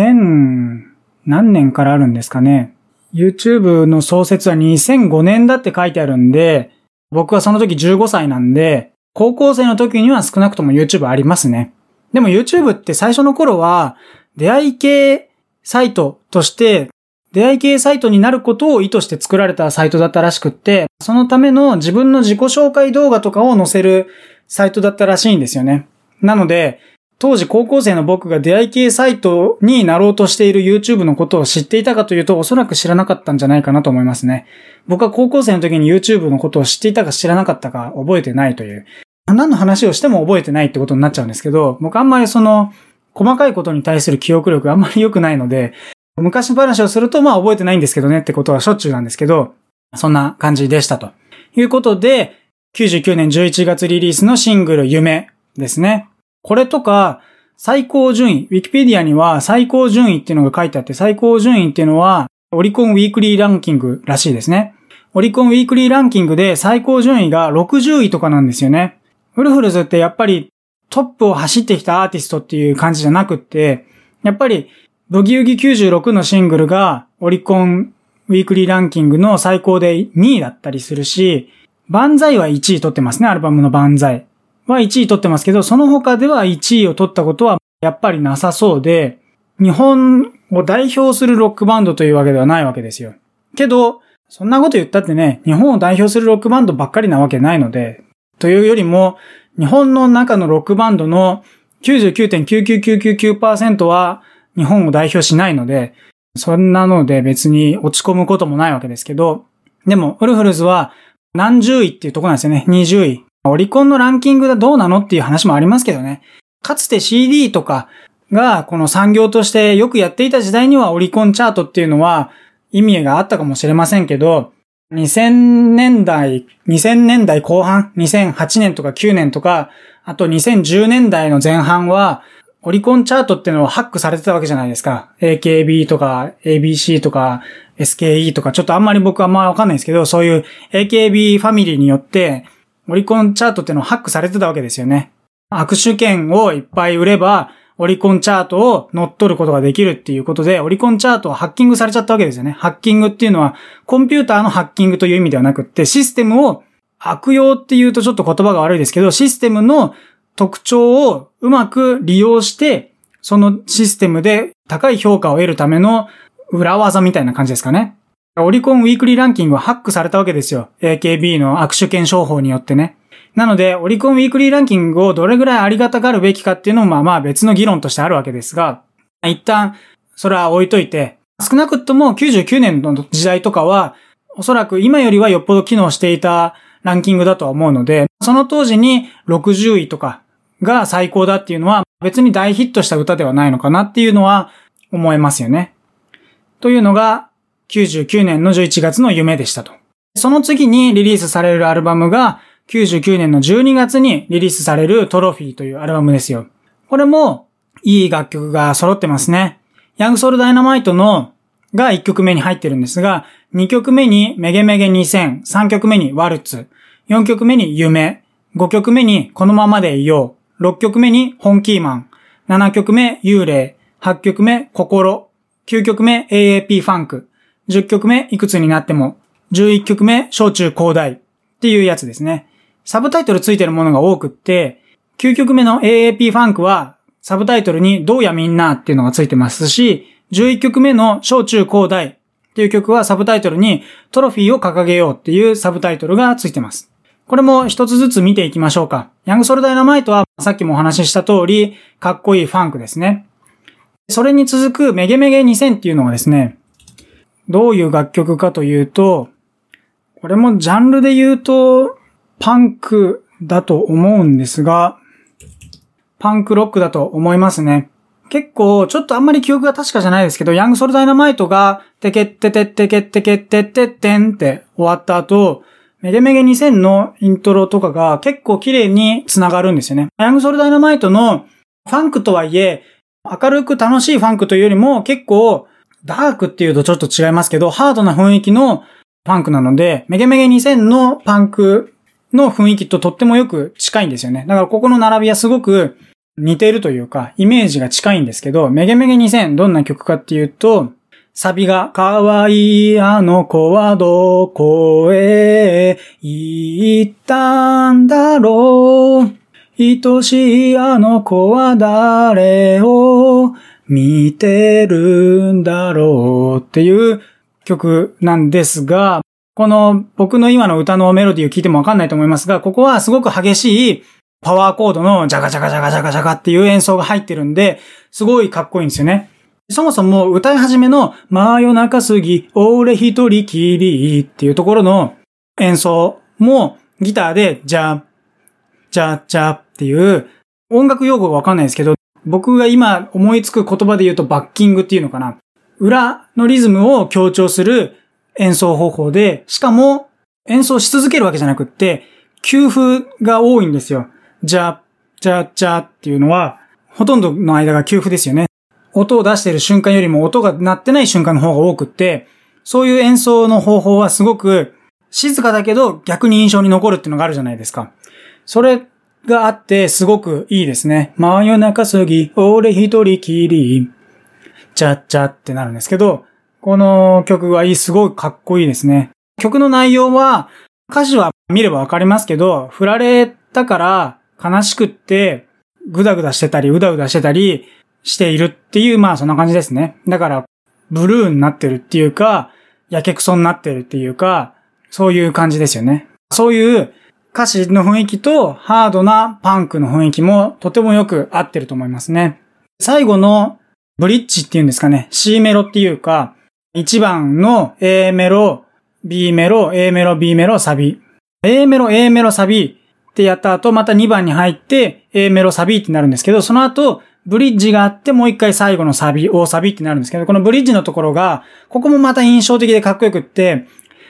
S1: 2000何年からあるんですかね。YouTube の創設は2005年だって書いてあるんで、僕はその時15歳なんで、高校生の時には少なくとも YouTube ありますね。でも YouTube って最初の頃は出会い系サイトとして出会い系サイトになることを意図して作られたサイトだったらしくって、そのための自分の自己紹介動画とかを載せるサイトだったらしいんですよね。なので、当時高校生の僕が出会い系サイトになろうとしている YouTube のことを知っていたかというと、おそらく知らなかったんじゃないかなと思いますね。僕は高校生の時に YouTube のことを知っていたか知らなかったか覚えてないという。何の話をしても覚えてないってことになっちゃうんですけど、僕あんまり細かいことに対する記憶力があんまり良くないので、昔話をすると覚えてないんですけどねってことはしょっちゅうなんですけど、そんな感じでしたということで、99年11月リリースのシングル夢ですね。これとか最高順位、Wikipedia には最高順位っていうのが書いてあって、最高順位っていうのはオリコンウィークリーランキングらしいですね。オリコンウィークリーランキングで最高順位が60位とかなんですよね。ウルフルズってやっぱりトップを走ってきたアーティストっていう感じじゃなくって、やっぱりブギウギ96のシングルがオリコンウィークリーランキングの最高で2位だったりするし、万歳は1位取ってますね。アルバムの万歳は1位取ってますけど、その他では1位を取ったことはやっぱりなさそうで、日本を代表するロックバンドというわけではないわけですよ。けど、そんなこと言ったってね、日本を代表するロックバンドばっかりなわけないので、というよりも、日本の中のロックバンドの 99.99999% は日本を代表しないので、そんなので別に落ち込むこともないわけですけど、でも、ウルフルズは何十位っていうところなんですよね。20位。 オリコンのランキングがどうなのっていう話もありますけどね。かつて CD とかがこの産業としてよくやっていた時代にはオリコンチャートっていうのは意味があったかもしれませんけど、2000年代後半、2008年とか9年とか、あと2010年代の前半は、オリコンチャートっていうのはハックされてたわけじゃないですか。AKB とか ABC とか SKE とか、ちょっと僕はあんまわかんないですけど、そういう AKB ファミリーによって、オリコンチャートっていうのをハックされてたわけですよね。握手券をいっぱい売れば、オリコンチャートを乗っ取ることができるっていうことで、オリコンチャートはハッキングされちゃったわけですよね。ハッキングっていうのは、コンピューターのハッキングという意味ではなくって、システムを悪用っていうとちょっと言葉が悪いですけど、システムの特徴をうまく利用して、そのシステムで高い評価を得るための裏技みたいな感じですかね。オリコンウィークリーランキングはハックされたわけですよ。AKB の握手券商法によってね。なので、オリコンウィークリーランキングをどれぐらいありがたがるべきかっていうのもまあ別の議論としてあるわけですが、一旦それは置いといて、少なくとも99年の時代とかは、おそらく今よりはよっぽど機能していたランキングだとは思うので、その当時に60位とかが最高だっていうのは別に大ヒットした歌ではないのかなっていうのは思えますよね。というのが99年の11月の夢でしたと。その次にリリースされるアルバムが99年の12月にリリースされるトロフィーというアルバムですよ。これもいい楽曲が揃ってますね。ヤングソウルダイナマイトのが1曲目に入ってるんですが、2曲目にメゲメゲ2000、3曲目にワルツ、4曲目に夢、5曲目にこのままでいよう、6曲目に本気ーマン、7曲目幽霊、8曲目心、9曲目 AAP ファンク、10曲目いくつになっても、11曲目小中高大っていうやつですね。サブタイトルついてるものが多くって、9曲目の AAP ファンクはサブタイトルにどうやみんなっていうのがついてますし、11曲目の小中高大っていう曲はサブタイトルにトロフィーを掲げようっていうサブタイトルがついてます。これも一つずつ見ていきましょうか。ヤングソウルダイナマイトはさっきもお話しした通りかっこいいファンクですね。それに続くメゲメゲ2000っていうのがですね、どういう楽曲かというと、これもジャンルで言うとパンクだと思うんですが、パンクロックだと思いますね。結構、ちょっとあんまり記憶が確かじゃないですけど、ヤングソウルダイナマイトが、テケッテテッテケッテケッテッテッテンって終わった後、メゲメゲ2000のイントロとかが結構綺麗に繋がるんですよね。ヤングソウルダイナマイトのファンクとはいえ、明るく楽しいファンクというよりも結構ダークっていうとちょっと違いますけど、ハードな雰囲気のファンクなので、メゲメゲ2000のパンクの雰囲気ととってもよく近いんですよね。だからここの並びはすごく似ているというか、イメージが近いんですけど、メゲメゲ2000どんな曲かっていうと、サビが、かわいいあの子はどこへ行ったんだろう。愛しいあの子は誰を見てるんだろうっていう曲なんですが、この僕の今の歌のメロディーを聞いてもわかんないと思いますが、ここはすごく激しいパワーコードのジャカジャカジャカジャカジャカっていう演奏が入ってるんで、すごいかっこいいんですよね。そもそも歌い始めの真夜中過ぎ、俺一人きりっていうところの演奏もギターでジャジャジャっていう音楽用語がわかんないですけど、僕が今思いつく言葉で言うとバッキングっていうのかな。裏のリズムを強調する演奏方法で、しかも演奏し続けるわけじゃなくって、休符が多いんですよ。ジャジャジャっていうのはほとんどの間が休符ですよね。音を出している瞬間よりも音が鳴ってない瞬間の方が多くって、そういう演奏の方法はすごく静かだけど逆に印象に残るっていうのがあるじゃないですか。それがあってすごくいいですね。真夜中過ぎ、俺一人きり、チャッチャってなるんですけど、この曲はすごいかっこいいですね。曲の内容は歌詞は見ればわかりますけど、振られたから悲しくってグダグダしてたりうだうだしてたりしているっていう、まあそんな感じですね。だからブルーになってるっていうか、やけくそになってるっていうか、そういう感じですよね。そういう歌詞の雰囲気とハードなパンクの雰囲気もとてもよく合ってると思いますね。最後のブリッジっていうんですかね、C メロっていうか、1番の A メロ、B メロ、A メロ、B メロ、サビ。A メロ、A メロ、サビ。 ってやった後、また2番に入って、A メロサビってなるんですけど、その後、ブリッジがあって、もう一回最後のサビ、大サビってなるんですけど、このブリッジのところが、ここもまた印象的でかっこよくって、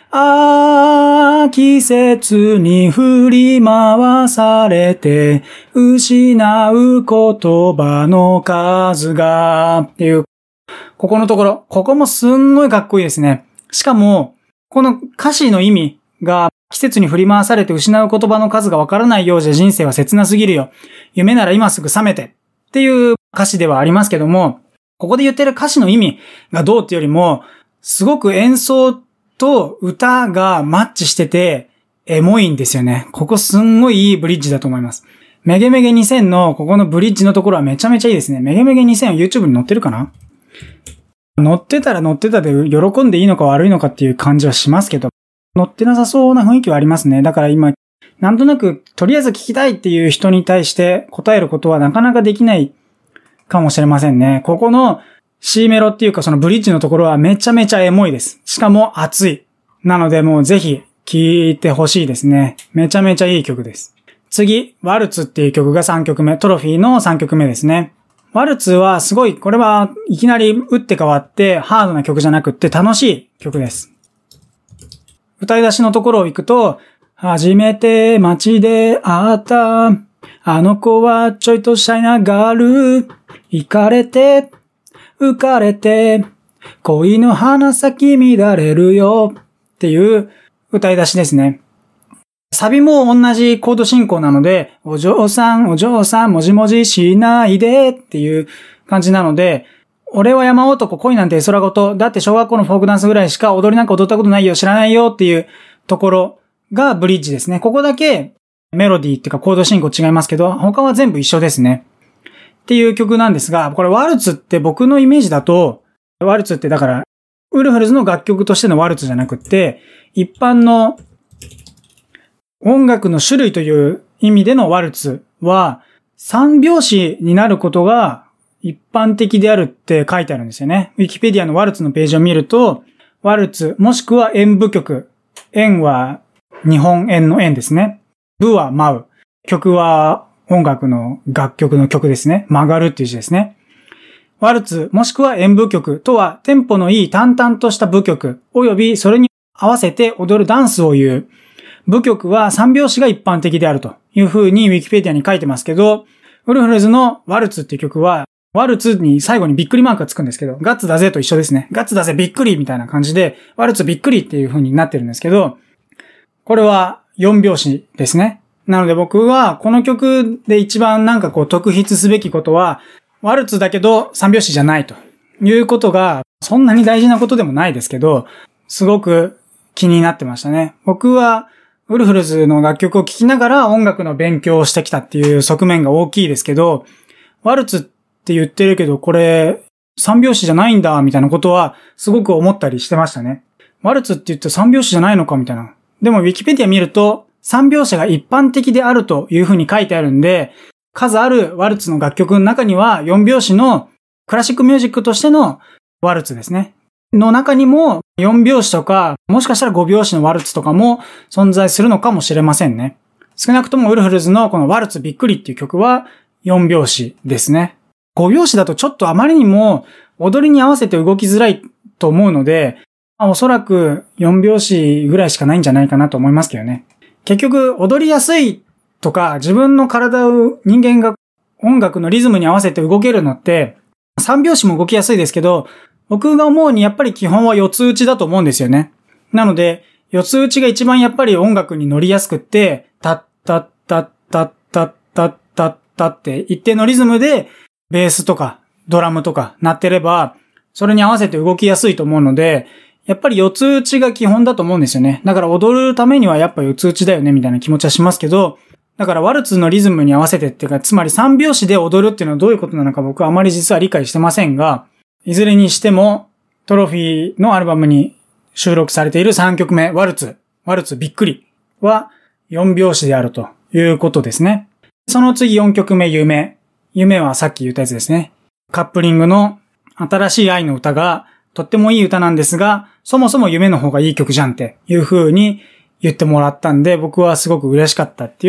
S1: 季節に振り回されて、失う言葉の数が、っていう、ここのところ、ここもすんごいかっこいいですね。しかも、この歌詞の意味が、季節に振り回されて失う言葉の数がわからないようじゃ人生は切なすぎるよ。夢なら今すぐ覚めて。っていう歌詞ではありますけども、ここで言ってる歌詞の意味がどうっていうよりも、すごく演奏と歌がマッチしてて、エモいんですよね。ここすんごいいいブリッジだと思います。メゲメゲ2000のここのブリッジのところはめちゃめちゃいいですね。メゲメゲ2000は YouTube に載ってるかな？載ってたら載ってたで喜んでいいのか悪いのかっていう感じはしますけど、載ってなさそうな雰囲気はありますね。だから今、なんとなくとりあえず聞きたいっていう人に対して答えることはなかなかできないかもしれませんね。ここのC メロっていうかそのブリッジのところはめちゃめちゃエモいです。しかも熱い。なのでもうぜひ聴いてほしいですね。めちゃめちゃいい曲です。次、ワルツっていう曲が3曲目、トロフィーの3曲目ですね。ワルツはすごい、これはいきなり打って変わってハードな曲じゃなくって楽しい曲です。歌い出しのところを行くと、初めて街で会った、あの子はちょいとシャイなガール、行かれて、浮かれて、恋の花咲き乱れるよっていう歌い出しですね。サビも同じコード進行なので、お嬢さん、もじもじしないでっていう感じなので、俺は山男、恋なんて絵空事、だって小学校のフォークダンスぐらいしか踊りなんか踊ったことないよ、知らないよっていうところがブリッジですね。ここだけメロディーっていうかコード進行違いますけど、他は全部一緒ですね。っていう曲なんですが、これワルツって僕のイメージだと、ワルツってだから、ウルフルズの楽曲としてのワルツじゃなくって、一般の音楽の種類という意味でのワルツは、三拍子になることが一般的であるって書いてあるんですよね。ウィキペディアのワルツのページを見ると、ワルツ、もしくは演舞曲。演は日本円の円ですね。舞は舞う。曲は音楽の楽曲の曲ですね。曲がるっていう字ですね。ワルツもしくは演舞曲とはテンポのいい淡々とした舞曲及びそれに合わせて踊るダンスを言う。舞曲は三拍子が一般的であるというふうにウィキペディアに書いてますけど、ウルフルズのワルツっていう曲はワルツに最後にびっくりマークがつくんですけど、ガッツだぜと一緒ですね。ガッツだぜびっくりみたいな感じで、ワルツびっくりっていう風になってるんですけど、これは4拍子ですね。なので僕はこの曲で一番なんかこう特筆すべきことは、ワルツだけど3拍子じゃないということがそんなに大事なことでもないですけど、すごく気になってましたね。僕はウルフルズの楽曲を聴きながら音楽の勉強をしてきたっていう側面が大きいですけど、ワルツって言ってるけどこれ3拍子じゃないんだみたいなことはすごく思ったりしてましたね。ワルツって言って3拍子じゃないのかみたいな。でもウィキペディア見ると3拍子が一般的であるというふうに書いてあるんで、数あるワルツの楽曲の中には4拍子のクラシックミュージックとしてのワルツですね。の中にも4拍子とか、もしかしたら5拍子のワルツとかも存在するのかもしれませんね。少なくともウルフルズのこのワルツびっくりっていう曲は4拍子ですね。5拍子だとちょっとあまりにも踊りに合わせて動きづらいと思うので、おそらく4拍子ぐらいしかないんじゃないかなと思いますけどね。結局踊りやすいとか自分の体を人間が音楽のリズムに合わせて動けるのって3拍子も動きやすいですけど、僕が思うにやっぱり基本は四つ打ちだと思うんですよね。なので四つ打ちが一番やっぱり音楽に乗りやすくって、タッタッタッタッタッタッタッタって一定のリズムでベースとかドラムとか鳴ってればそれに合わせて動きやすいと思うので、やっぱり四つ打ちが基本だと思うんですよね。だから踊るためにはやっぱ四つ打ちだよねみたいな気持ちはしますけど、だからワルツのリズムに合わせてっていうか、つまり3拍子で踊るっていうのはどういうことなのか僕はあまり実は理解してませんが、いずれにしてもトロフィーのアルバムに収録されている3曲目、ワルツびっくりは4拍子であるということですね。その次4曲目、夢はさっき言ったやつですね。カップリングの新しい愛の歌がとってもいい歌なんですが、そもそも夢の方がいい曲じゃんっていう風に言ってもらったんで、僕はすごく嬉しかったっていうのが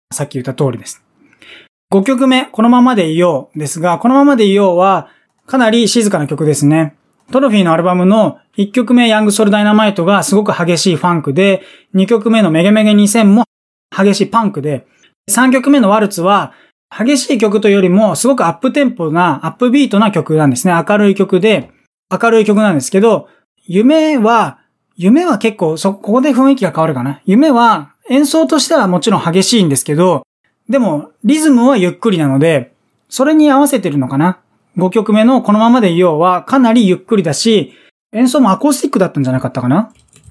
S1: さっき言った通りです。5曲目、このままでいようですが、このままでいようはかなり静かな曲ですね。トロフィーのアルバムの1曲目ヤングソウルダイナマイトがすごく激しいファンクで、2曲目のメゲメゲ2000も激しいパンクで、3曲目のワルツは激しい曲というよりもすごくアップテンポな、アップビートな曲なんですね。明るい曲なんですけど、夢は結構ここで雰囲気が変わるかな。夢は演奏としてはもちろん激しいんですけど、でもリズムはゆっくりなので、それに合わせてるのかな。5曲目のこのままでいようはかなりゆっくりだし、演奏もアコースティックだったんじゃなかったかな。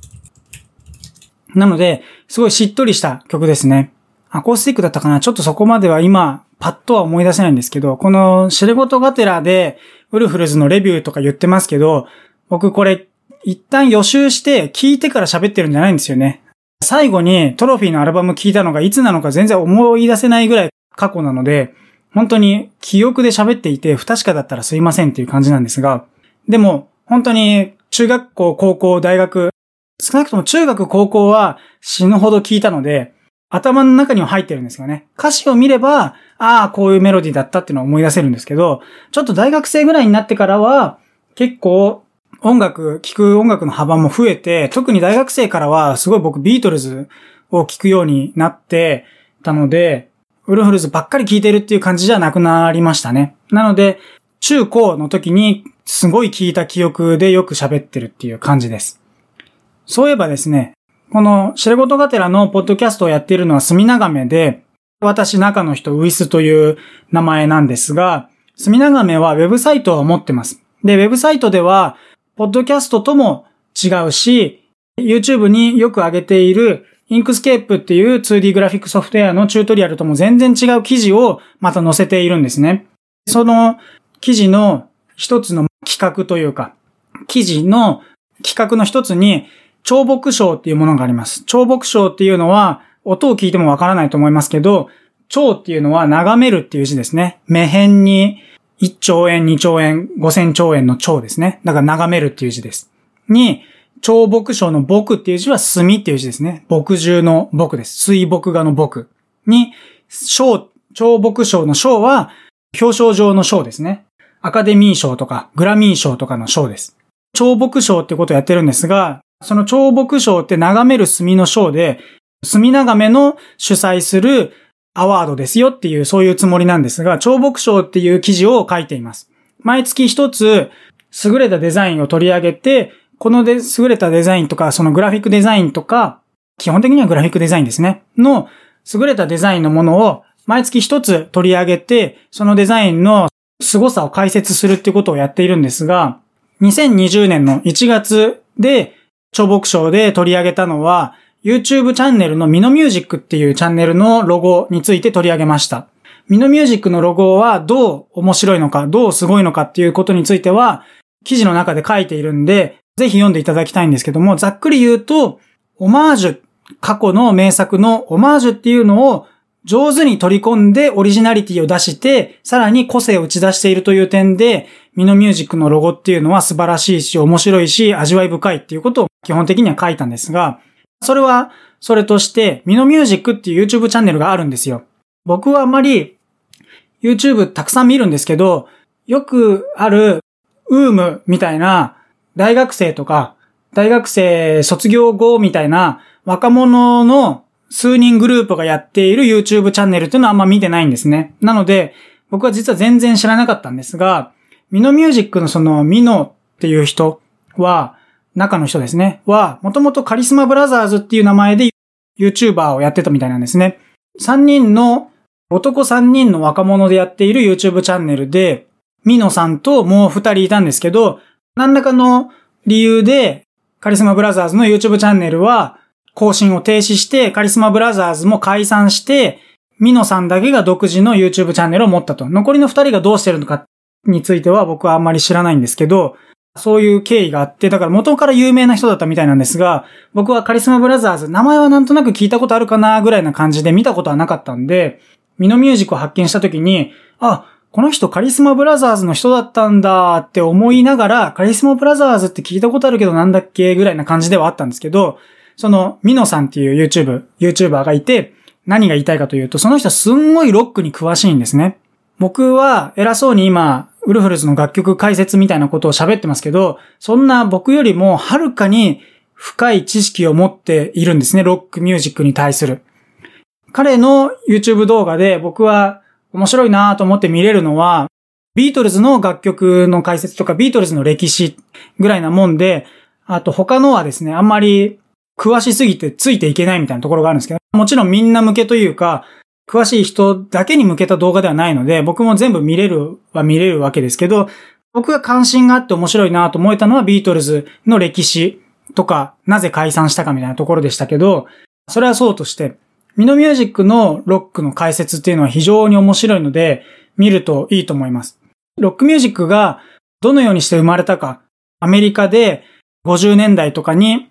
S1: なので、すごいしっとりした曲ですね。アコースティックだったかな。ちょっとそこまでは今、パッとは思い出せないんですけど、このシレゴトガテラでウルフルズのレビューとか言ってますけど、僕これ一旦予習して聞いてから喋ってるんじゃないんですよね。最後にトロフィーのアルバム聞いたのがいつなのか全然思い出せないぐらい過去なので、本当に記憶で喋っていて不確かだったらすいませんっていう感じなんですが、でも本当に中学校、高校、大学、少なくとも中学、高校は死ぬほど聞いたので、頭の中には入ってるんですよね。歌詞を見れば、こういうメロディーだったっていうのを思い出せるんですけど、ちょっと大学生ぐらいになってからは、結構聴く音楽の幅も増えて、特に大学生からはすごい僕ビートルズを聴くようになってたので、ウルフルズばっかり聴いてるっていう感じじゃなくなりましたね。なので、中高の時にすごい聴いた記憶でよく喋ってるっていう感じです。そういえばですね、このシレゴトガテラのポッドキャストをやっているのは隅長めで、私中の人ウィスという名前なんですが、隅長めはウェブサイトを持ってます。で、ウェブサイトでは、ポッドキャストとも違うし、YouTube によく上げているインクスケープっていう 2D グラフィックソフトウェアのチュートリアルとも全然違う記事をまた載せているんですね。その記事の一つの企画というか、記事の企画の一つに、聴木賞っていうものがあります。聴木賞っていうのは、音を聞いてもわからないと思いますけど、聴っていうのは眺めるっていう字ですね。目辺に1兆円、2兆円、5000兆円の聴ですね。だから眺めるっていう字です。に、聴木賞の木っていう字は墨っていう字ですね。木獣の木です。水墨画の木。に、聴木賞の賞は、表彰状の賞ですね。アカデミー賞とか、グラミー賞とかの賞です。聴木賞ってことをやってるんですが、その聴木賞って眺める墨の賞で、墨眺めの主催するアワードですよっていう、そういうつもりなんですが、聴木賞っていう記事を書いています。毎月一つ優れたデザインを取り上げて、この優れたデザインとか、そのグラフィックデザインとか、基本的にはグラフィックデザインですね。の優れたデザインのものを毎月一つ取り上げて、そのデザインの凄さを解説するっていうことをやっているんですが、2020年の1月で聴木賞で取り上げたのは、YouTube チャンネルのミノミュージックっていうチャンネルのロゴについて取り上げました。ミノミュージックのロゴはどう面白いのか、どうすごいのかっていうことについては、記事の中で書いているんで、ぜひ読んでいただきたいんですけども、ざっくり言うと、オマージュ、過去の名作のオマージュっていうのを上手に取り込んでオリジナリティを出して、さらに個性を打ち出しているという点で、ミノミュージックのロゴっていうのは素晴らしいし、面白いし、味わい深いっていうことを基本的には書いたんですが、それは、それとして、ミノミュージックっていう YouTube チャンネルがあるんですよ。僕はあんまり YouTube たくさん見るんですけど、よくあるウームみたいな大学生とか、大学生卒業後みたいな若者の数人グループがやっている YouTube チャンネルっていうのはあんま見てないんですね。なので、僕は実は全然知らなかったんですが、ミノミュージックのそのミノっていう人は、中の人ですね。は、もともとカリスマブラザーズっていう名前で YouTuber をやってたみたいなんですね。男3人の若者でやっている YouTube チャンネルで、ミノさんともう2人いたんですけど、何らかの理由でカリスマブラザーズの YouTube チャンネルは更新を停止して、カリスマブラザーズも解散して、ミノさんだけが独自の YouTube チャンネルを持ったと。残りの2人がどうしてるのかについては僕はあんまり知らないんですけど、そういう経緯があって、だから元から有名な人だったみたいなんですが、僕はカリスマブラザーズ、名前はなんとなく聞いたことあるかなぐらいな感じで見たことはなかったんで、ミノミュージックを発見した時に、この人カリスマブラザーズの人だったんだって思いながら、カリスマブラザーズって聞いたことあるけどなんだっけぐらいな感じではあったんですけど、そのミノさんっていうYouTuber がいて、 何が言いたいかというと、その人はすんごいロックに詳しいんですね。僕は偉そうに今、ウルフルズの楽曲解説みたいなことを喋ってますけど、そんな僕よりもはるかに深い知識を持っているんですね、ロックミュージックに対する。彼の YouTube 動画で僕は面白いなと思って見れるのは、ビートルズの楽曲の解説とかビートルズの歴史ぐらいなもんで、あと他のはですね、あんまり詳しすぎてついていけないみたいなところがあるんですけど、もちろんみんな向けというか、詳しい人だけに向けた動画ではないので、僕も全部見れるわけですけど、僕が関心があって面白いなと思えたのはビートルズの歴史とか、なぜ解散したかみたいなところでしたけど、それはそうとして、ミノミュージックのロックの解説っていうのは非常に面白いので、見るといいと思います。ロックミュージックがどのようにして生まれたか、アメリカで1950年代とかに、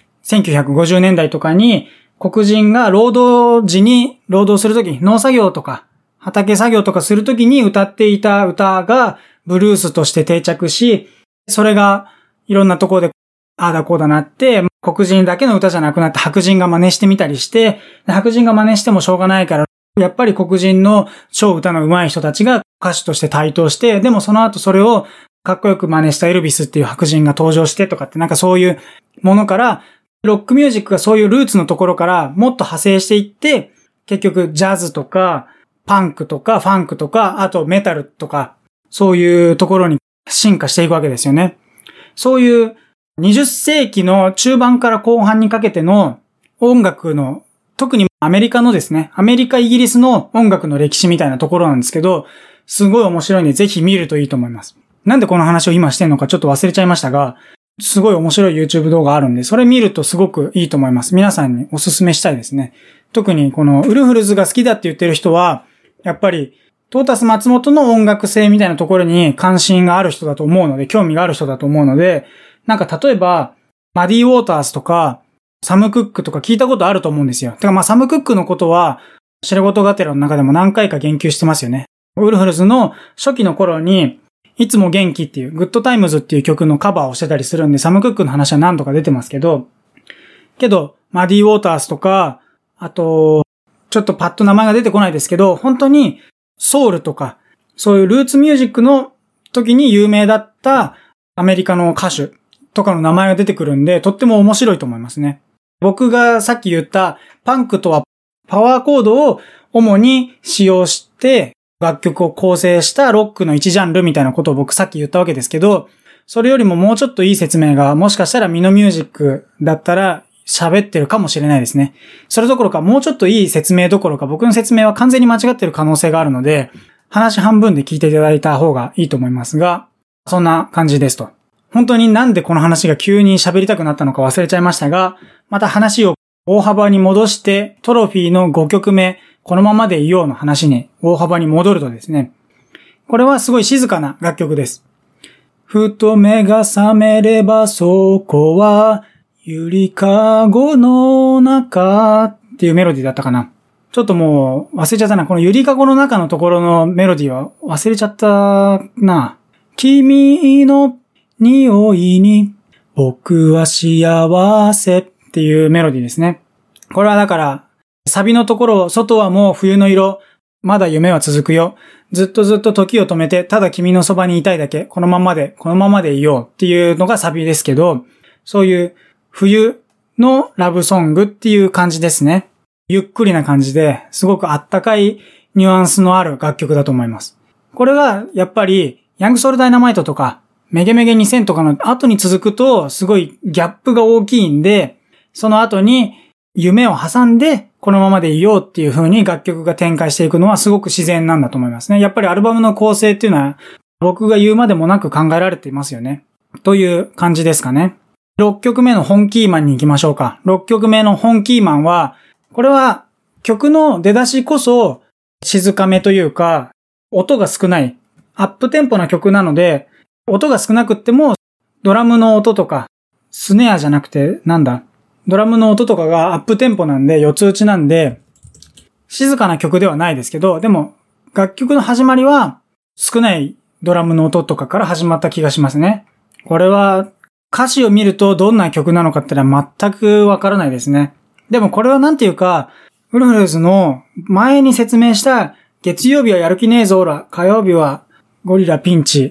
S1: 黒人が労働するとき、農作業とか、畑作業とかするときに歌っていた歌がブルースとして定着し、それがいろんなところでああだこうだなって、黒人だけの歌じゃなくなって白人が真似してみたりして、白人が真似してもしょうがないから、やっぱり黒人の超歌の上手い人たちが歌手として台頭して、でもその後それをかっこよく真似したエルビスっていう白人が登場してとかってなんかそういうものから、ロックミュージックがそういうルーツのところからもっと派生していって、結局ジャズとかパンクとかファンクとか、あとメタルとか、そういうところに進化していくわけですよね。そういう20世紀の中盤から後半にかけての音楽の、特にアメリカのですね、アメリカ、イギリスの音楽の歴史みたいなところなんですけど、すごい面白いんでぜひ見るといいと思います。なんでこの話を今してんのかちょっと忘れちゃいましたが、すごい面白い YouTube 動画あるんで、それ見るとすごくいいと思います。皆さんにお勧めしたいですね。特にこのウルフルズが好きだって言ってる人は、やっぱりトータス松本の音楽性みたいなところに関心がある人だと思うので、興味がある人だと思うので、なんか例えば、マディ・ウォーターズとか、サム・クックとか聞いたことあると思うんですよ。てかサム・クックのことは、白事がてらの中でも何回か言及してますよね。ウルフルズの初期の頃に、いつも元気っていう、グッドタイムズっていう曲のカバーをしてたりするんで、サム・クックの話は何度か出てますけど、マディ・ウォーターズとか、あと、ちょっとパッと名前が出てこないですけど、本当にソウルとか、そういうルーツミュージックの時に有名だったアメリカの歌手とかの名前が出てくるんで、とっても面白いと思いますね。僕がさっき言ったパンクとはパワーコードを主に使用して楽曲を構成したロックの一ジャンルみたいなことを僕さっき言ったわけですけど、それよりももうちょっといい説明がもしかしたらミノミュージックだったら喋ってるかもしれないですね。それどころかもうちょっといい説明どころか僕の説明は完全に間違ってる可能性があるので、話半分で聞いていただいた方がいいと思いますが、そんな感じですと。本当になんでこの話が急に喋りたくなったのか忘れちゃいましたが、また話を大幅に戻してトロフィーの5曲目、このままでいようの話に大幅に戻るとですね、これはすごい静かな楽曲です。ふと目が覚めればそこはゆりかごの中っていうメロディーだったかな。ちょっともう忘れちゃったな。このゆりかごの中のところのメロディーは忘れちゃったな。君の匂いに僕は幸せっていうメロディーですね。これはだからサビのところ、外はもう冬の色、まだ夢は続くよ。ずっとずっと時を止めて、ただ君のそばにいたいだけ。このままでいようっていうのがサビですけど、そういう冬のラブソングっていう感じですね。ゆっくりな感じで、すごくあったかいニュアンスのある楽曲だと思います。これがやっぱり、ヤングソウルダイナマイトとか、メゲメゲ2000とかの後に続くと、すごいギャップが大きいんで、その後に夢を挟んで、このままでいようっていう風に楽曲が展開していくのはすごく自然なんだと思いますね。やっぱりアルバムの構成っていうのは僕が言うまでもなく考えられていますよね。という感じですかね。6曲目の本キーマンに行きましょうか。6曲目の本キーマンは、これは曲の出だしこそ静かめというか、音が少ない、アップテンポな曲なので、音が少なくってもドラムの音とか、スネアじゃなくてドラムの音とかがアップテンポなんで、四つ打ちなんで、静かな曲ではないですけど、でも、楽曲の始まりは、少ないドラムの音とかから始まった気がしますね。これは、歌詞を見るとどんな曲なのかってのは全くわからないですね。でもこれはなんていうか、 ウルフルズの前に説明した月曜日はやる気ねえぞーら、火曜日はゴリラピンチ。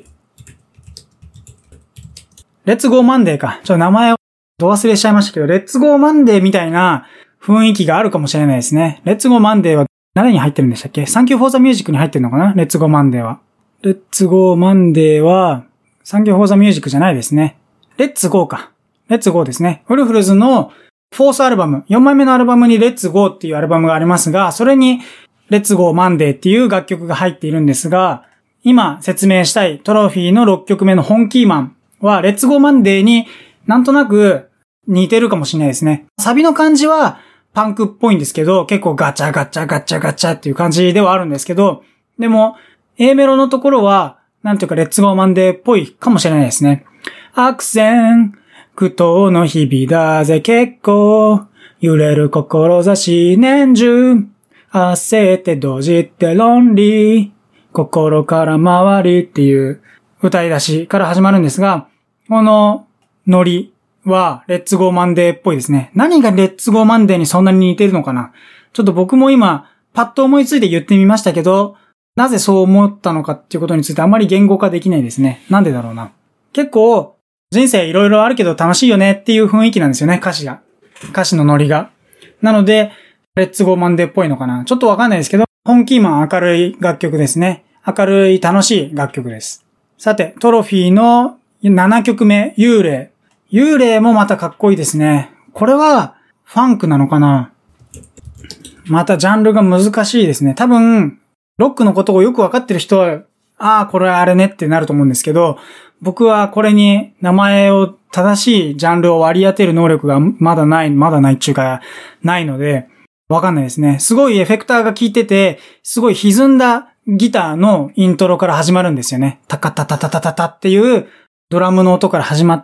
S1: レッツゴーマンデーか。名前をど忘れしちゃいましたけど、レッツゴーマンデーみたいな雰囲気があるかもしれないですね。レッツゴーマンデーは誰に入ってるんでしたっけ？サンキューフォーザミュージックに入ってるのかな？レッツゴーマンデーは。レッツゴーマンデーは、サンキューフォーザミュージックじゃないですね。レッツゴーか。レッツゴーですね。ウルフルズのフォースアルバム、4枚目のアルバムにレッツゴーっていうアルバムがありますが、それにレッツゴーマンデーっていう楽曲が入っているんですが、今説明したいトロフィーの6曲目の本気ーマンはレッツゴーマンデーになんとなく似てるかもしれないですね。サビの感じはパンクっぽいんですけど、結構ガチャガチャガチャガチャっていう感じではあるんですけど、でも A メロのところはなんていうかレッツゴーマンデーっぽいかもしれないですね。悪戦苦闘の日々だぜ結構揺れる志年中焦ってドジって論理心から回りっていう歌い出しから始まるんですが、このノリはレッツゴーマンデーっぽいですね。何がレッツゴーマンデーにそんなに似てるのかな？ちょっと僕も今パッと思いついて言ってみましたけど、なぜそう思ったのかっていうことについてあまり言語化できないですね。なんでだろうな。結構人生いろいろあるけど楽しいよねっていう雰囲気なんですよね、歌詞のノリが。なので、レッツゴーマンデーっぽいのかな。ちょっとわかんないですけど、本気ーマン明るい楽曲ですね。明るい楽しい楽曲です。さて、トロフィーの7曲目、幽霊。幽霊もまたかっこいいですね。これはファンクなのかな？またジャンルが難しいですね。多分、ロックのことをよくわかってる人は、ああ、これあれねってなると思うんですけど、僕はこれに名前を正しいジャンルを割り当てる能力がまだないっていうか、ないので、わかんないですね。すごいエフェクターが効いてて、すごい歪んだギターのイントロから始まるんですよね。タカタタタタタタっていうドラムの音から始まって、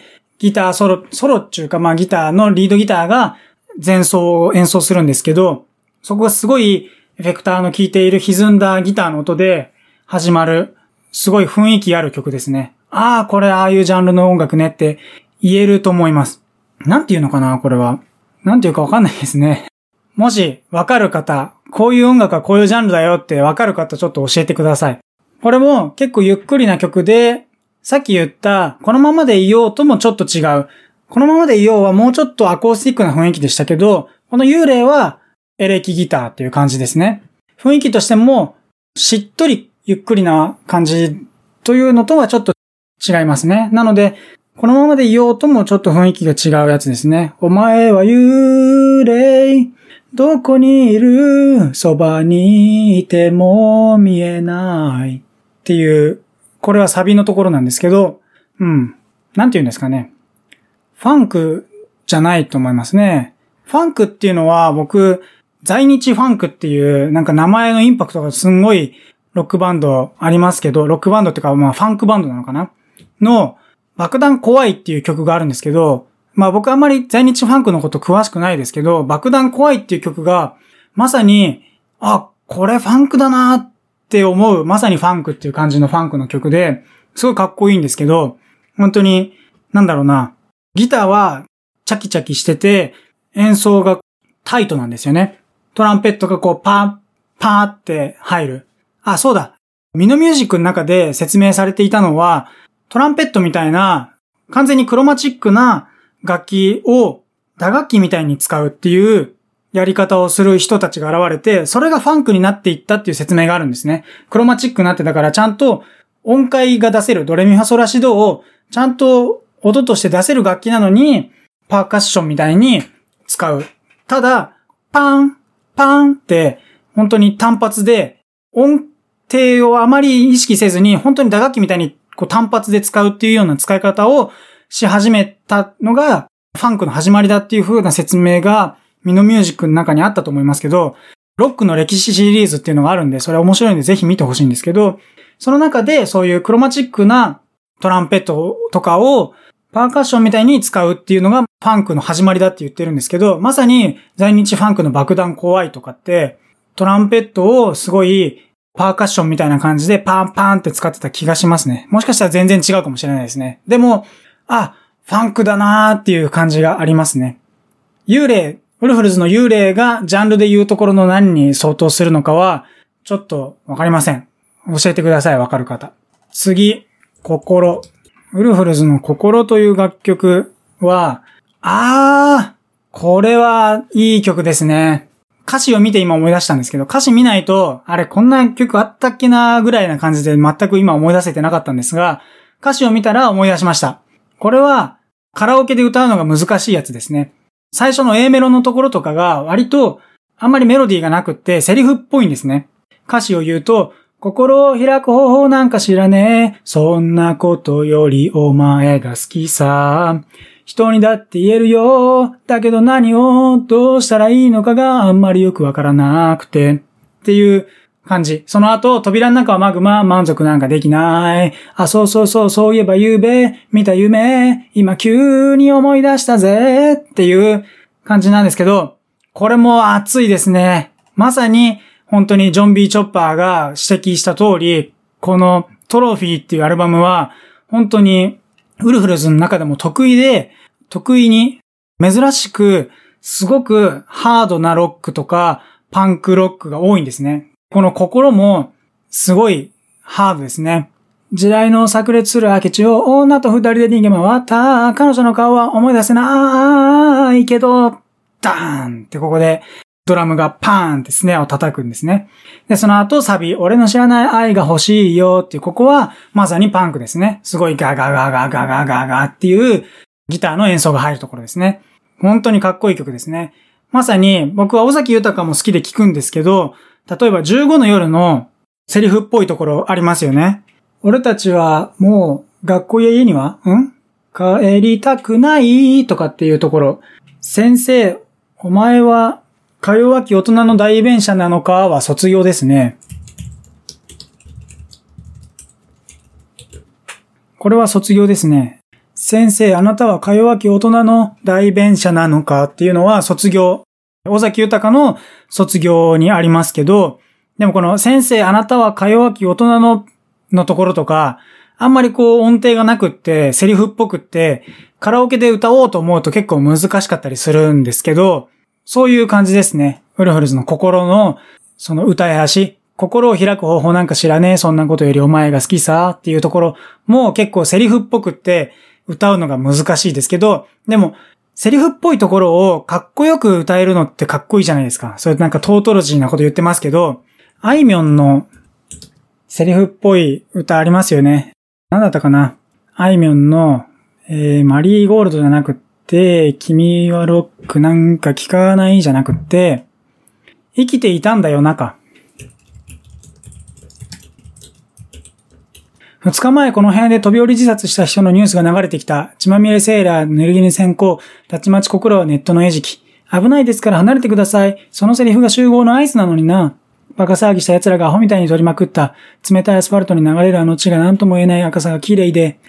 S1: ギターソロっていうか、ギターのリードギターが前奏を演奏するんですけど、そこがすごいエフェクターの効いている歪んだギターの音で始まる、すごい雰囲気ある曲ですね。ああ、これああいうジャンルの音楽ねって言えると思います。なんていうのかな、これは。なんていうかわかんないですね。もしわかる方、こういう音楽はこういうジャンルだよってわかる方ちょっと教えてください。これも結構ゆっくりな曲で、さっき言ったこのままでいようともちょっと違う。このままでいようはもうちょっとアコースティックな雰囲気でしたけど、この幽霊はエレキギターっていう感じですね。雰囲気としてもしっとりゆっくりな感じというのとはちょっと違いますね。なので、このままでいようともちょっと雰囲気が違うやつですね。お前は幽霊、どこにいる、そばにいても見えないっていう、これはサビのところなんですけど、なんて言うんですかね。ファンクじゃないと思いますね。ファンクっていうのは僕、在日ファンクっていうなんか名前のインパクトがすんごいロックバンドありますけど、ロックバンドっていうかファンクバンドなのかなの爆弾怖いっていう曲があるんですけど、僕あんまり在日ファンクのこと詳しくないですけど、爆弾怖いっていう曲がまさに、これファンクだなって思う、まさにファンクっていう感じのファンクの曲で、すごいかっこいいんですけど、本当に、ギターはチャキチャキしてて、演奏がタイトなんですよね。トランペットがこうパーって入る。そうだ。ミノミュージックの中で説明されていたのは、トランペットみたいな、完全にクロマチックな楽器を打楽器みたいに使うっていうやり方をする人たちが現れて、それがファンクになっていったっていう説明があるんですね。クロマチックになってだからちゃんと音階が出せる、ドレミファソラシドをちゃんと音として出せる楽器なのに、パーカッションみたいに使う。ただ、パンって本当に単発で音程をあまり意識せずに本当に打楽器みたいにこう単発で使うっていうような使い方をし始めたのがファンクの始まりだっていう風な説明がミノミュージックの中にあったと思いますけど、ロックの歴史シリーズっていうのがあるんで、それ面白いんでぜひ見てほしいんですけど、その中でそういうクロマチックなトランペットとかをパーカッションみたいに使うっていうのがファンクの始まりだって言ってるんですけど、まさに在日ファンクの爆弾怖いとかってトランペットをすごいパーカッションみたいな感じでパンって使ってた気がしますね。もしかしたら全然違うかもしれないですね。でも、ファンクだなーっていう感じがありますね。幽霊ウルフルズの幽霊がジャンルで言うところの何に相当するのかは、ちょっとわかりません。教えてください、わかる方。次、心。ウルフルズの心という楽曲は、これはいい曲ですね。歌詞を見て今思い出したんですけど、歌詞見ないと、あれこんな曲あったっけなぐらいな感じで全く今思い出せてなかったんですが、歌詞を見たら思い出しました。これはカラオケで歌うのが難しいやつですね。最初の A メロのところとかが割とあんまりメロディーがなくってセリフっぽいんですね。歌詞を言うと、心を開く方法なんか知らねえ。そんなことよりお前が好きさ。人にだって言えるよ。だけど何をどうしたらいいのかがあんまりよくわからなくて。っていう感じ。その後、扉の中はマグマ、満足なんかできない。そういえば夕べ、見た夢、今急に思い出したぜ。っていう感じなんですけど、これも熱いですね。まさに、本当にジョン・ビー・チョッパーが指摘した通り、このトロフィーっていうアルバムは、本当にウルフルズの中でも得意に、珍しく、すごくハードなロックとか、パンクロックが多いんですね。この心も、すごいハードですね。地雷の炸裂する明智を女と二人で逃げ回った。彼女の顔は思い出せないけど、ダーンってここで、ドラムがパーンってスネアを叩くんですね。で、その後サビ、俺の知らない愛が欲しいよっていう、ここはまさにパンクですね。すごいガガガガガガガガっていうギターの演奏が入るところですね。本当にかっこいい曲ですね。まさに僕は尾崎豊も好きで聴くんですけど、例えば15の夜のセリフっぽいところありますよね。俺たちはもう学校や家には帰りたくないとかっていうところ。先生、お前はか弱き大人の代弁者なのかは卒業ですね。これは卒業ですね。先生、あなたはか弱き大人の代弁者なのかっていうのは卒業。尾崎豊の卒業にありますけど、でもこの先生、あなたはか弱き大人のところとか、あんまりこう音程がなくって、セリフっぽくって、カラオケで歌おうと思うと結構難しかったりするんですけど、そういう感じですね。ウルフルズの心の、その歌やし、心を開く方法なんか知らねえ、そんなことよりお前が好きさっていうところも結構セリフっぽくって歌うのが難しいですけど、でもセリフっぽいところをかっこよく歌えるのってかっこいいじゃないですか。それなんかトートロジーなこと言ってますけど、あいみょんのセリフっぽい歌ありますよね。なんだったかな。あいみょんの、マリーゴールドじゃなくって、君はロックなんか聞かないじゃなくって、生きていたんだよなか。2日前この辺で飛び降り自殺した人のニュースが流れてきた。血まみれセーラー、ぬるぎに先行、たちまち心はネットの餌食。危ないですから離れてください。そのセリフが集合の合図なのにな。バカ騒ぎした奴らがアホみたいに取りまくった。冷たいアスファルトに流れるあの血が何とも言えない赤さが綺麗で、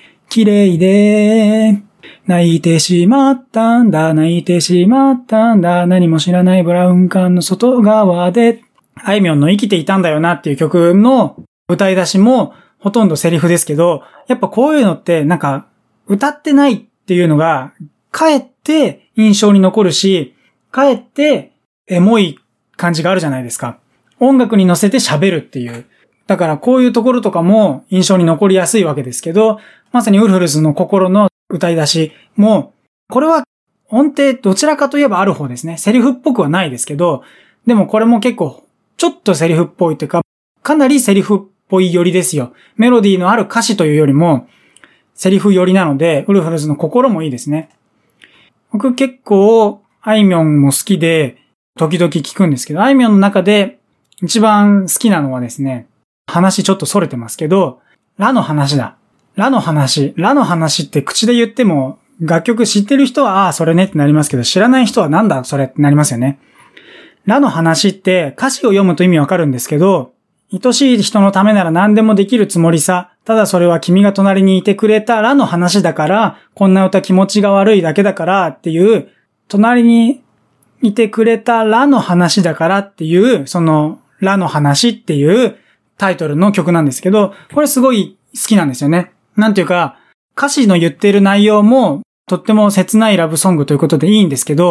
S1: 泣いてしまったんだ、何も知らないブラウン管の外側で、あいみょんの生きていたんだよなっていう曲の歌い出しもほとんどセリフですけど、やっぱこういうのってなんか歌ってないっていうのがかえって印象に残るし、かえってエモい感じがあるじゃないですか。音楽に乗せて喋るっていう。だからこういうところとかも印象に残りやすいわけですけど、まさにウルフルズの心の歌い出しも、これは音程どちらかといえばある方ですね。セリフっぽくはないですけど、でもこれも結構ちょっとセリフっぽいというか、かなりセリフっぽい寄りですよ。メロディーのある歌詞というよりも、セリフ寄りなので、ウルフルズの心もいいですね。僕結構、あいみょんも好きで、時々聞くんですけど、あいみょんの中で一番好きなのはですね、話ちょっと逸れてますけど、ラの話だ。ラの話って口で言っても、楽曲知ってる人は、ああ、それねってなりますけど、知らない人はなんだ、それってなりますよね。ラの話って歌詞を読むと意味わかるんですけど、愛しい人のためなら何でもできるつもりさ。ただそれは君が隣にいてくれたらの話だから、こんな歌気持ちが悪いだけだからっていう、隣にいてくれたらの話だからっていう、そのラの話っていうタイトルの曲なんですけど、これすごい好きなんですよね。なんていうか、歌詞の言っている内容もとっても切ないラブソングということでいいんですけど、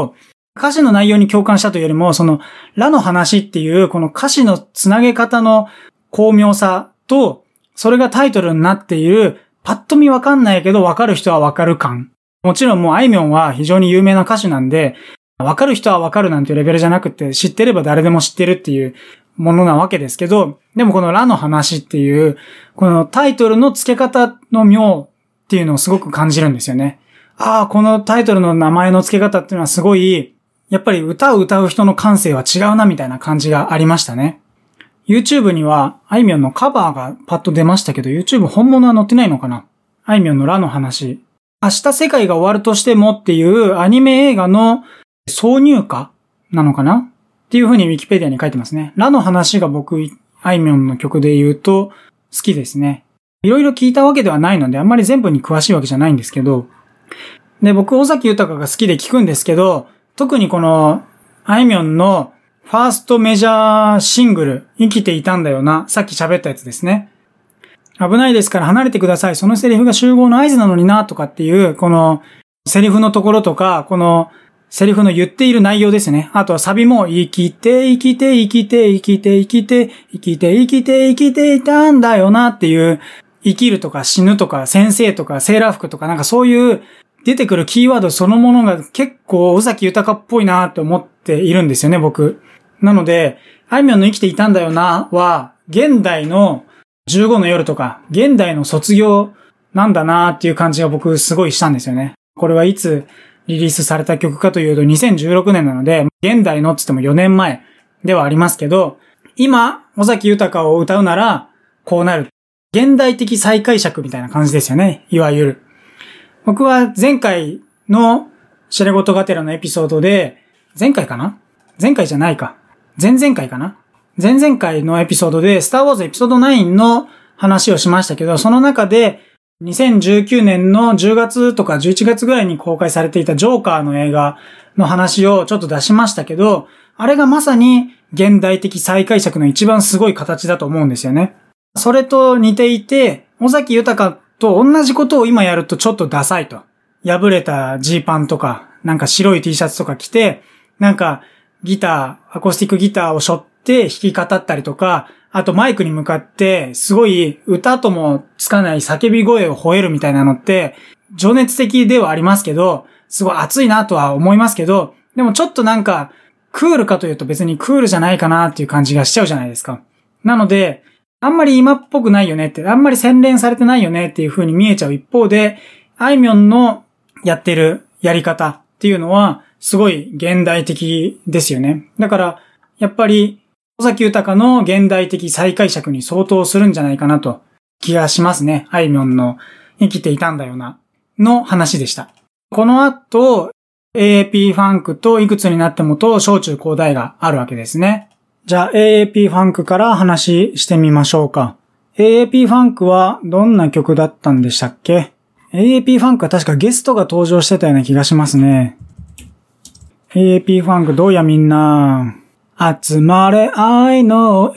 S1: 歌詞の内容に共感したというよりも、その、ラの話っていう、この歌詞のつなげ方の巧妙さと、それがタイトルになっている、パッと見わかんないけどわかる人はわかる感。もちろんもうあいみょんは非常に有名な歌手なんで、わかる人はわかるなんていうレベルじゃなくて、知ってれば誰でも知ってるっていうものなわけですけど、でもこのラの話っていう、このタイトルの付け方の妙っていうのをすごく感じるんですよね。ああ、このタイトルの名前の付け方っていうのはすごい、やっぱり歌を歌う人の感性は違うなみたいな感じがありましたね。YouTube にはあいみょんのカバーがパッと出ましたけど、YouTube 本物は載ってないのかな？あいみょんのラの話。明日世界が終わるとしてもっていうアニメ映画の挿入歌なのかなっていう風にウィキペディアに書いてますね。ラの話が僕、あいみょんの曲で言うと好きですね。いろいろ聞いたわけではないのであんまり全部に詳しいわけじゃないんですけど。で、僕、尾崎豊が好きで聞くんですけど、特にこのあいみょんのファーストメジャーシングル、生きていたんだよな。さっき喋ったやつですね。危ないですから離れてください。そのセリフが集合の合図なのにな、とかっていう、このセリフのところとか、このセリフの言っている内容ですね。あとはサビも、生きて、生きて、生きて、生きて、生きて、生きて、生きて、生きていたんだよなっていう、生きるとか死ぬとか先生とかセーラー服とかなんかそういう出てくるキーワードそのものが結構尾崎豊っぽいなって思っているんですよね、僕。なので、あいみょんの生きていたんだよなは、現代の15の夜とか、現代の卒業なんだなっていう感じが僕すごいしたんですよね。これはいつリリースされた曲かというと2016年なので、現代のって言っても4年前ではありますけど、今、尾崎豊を歌うなら、こうなる。現代的再解釈みたいな感じですよね。いわゆる。僕は前回のシレゴトガテラのエピソードで、前回かな？前回じゃないか。前々回かな？前々回のエピソードで、スターウォーズエピソード9の話をしましたけど、その中で、2019年の10月とか11月ぐらいに公開されていたジョーカーの映画の話をちょっと出しましたけど、あれがまさに現代的再解釈の一番すごい形だと思うんですよね。それと似ていて、尾崎豊と同じことを今やるとちょっとダサいと。破れたジーパンとか、なんか白い T シャツとか着て、なんかアコースティックギターを背負って弾き語ったりとか、あとマイクに向かってすごい歌ともつかない叫び声を吠えるみたいなのって、情熱的ではありますけど、すごい熱いなとは思いますけど、でもちょっとなんかクールかというと別にクールじゃないかなっていう感じがしちゃうじゃないですか。なので、あんまり今っぽくないよねって、あんまり洗練されてないよねっていう風に見えちゃう一方で、あいみょんのやってるやり方っていうのはすごい現代的ですよね。だから、やっぱり尾崎豊の現代的再解釈に相当するんじゃないかなと気がしますね。あいみょんの生きていたんだよなの話でした。この後、AAP ファンクといくつになってもと小中高大があるわけですね。じゃあ AAP ファンクから話してみましょうか。AAP ファンクはどんな曲だったんでしたっけ？ AAP ファンクは確かゲストが登場してたような気がしますね。AAP ファンクどうやみんな。集まれ I know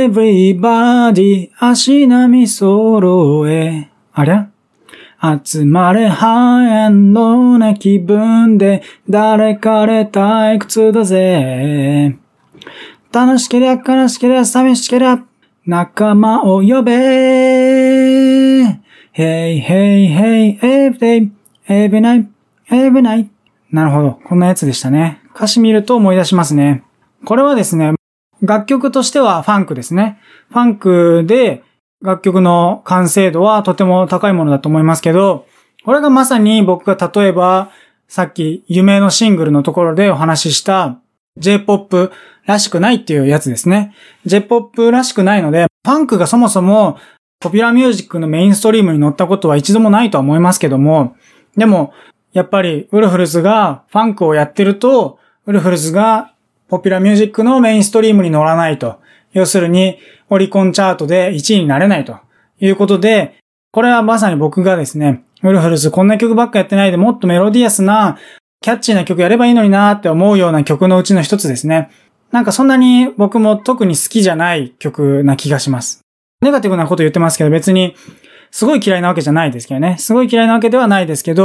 S1: everybody 足並み揃え。ありゃ？集まれハイエンドな気分で誰かれ退屈だぜ。楽しけりゃ悲しけりゃ寂しけりゃ仲間を呼べ。Hey, hey, hey, every day, every night, every night. なるほど。こんなやつでしたね。歌詞見ると思い出しますね。これはですね、楽曲としてはファンクですね。ファンクで楽曲の完成度はとても高いものだと思いますけど、これがまさに僕が例えばさっき夢のシングルのところでお話しした J-POP らしくないっていうやつですね。J-POP らしくないので、ファンクがそもそもポピュラーミュージックのメインストリームに乗ったことは一度もないとは思いますけども、でもやっぱりウルフルズがファンクをやってると、ウルフルズがポピュラーミュージックのメインストリームに乗らないと。要するにオリコンチャートで1位になれないということで、これはまさに僕がですね、ウルフルズこんな曲ばっかやってないでもっとメロディアスなキャッチーな曲やればいいのになーって思うような曲のうちの一つですね。なんかそんなに僕も特に好きじゃない曲な気がします。ネガティブなこと言ってますけど別にすごい嫌いなわけじゃないですけどね。すごい嫌いなわけではないですけど、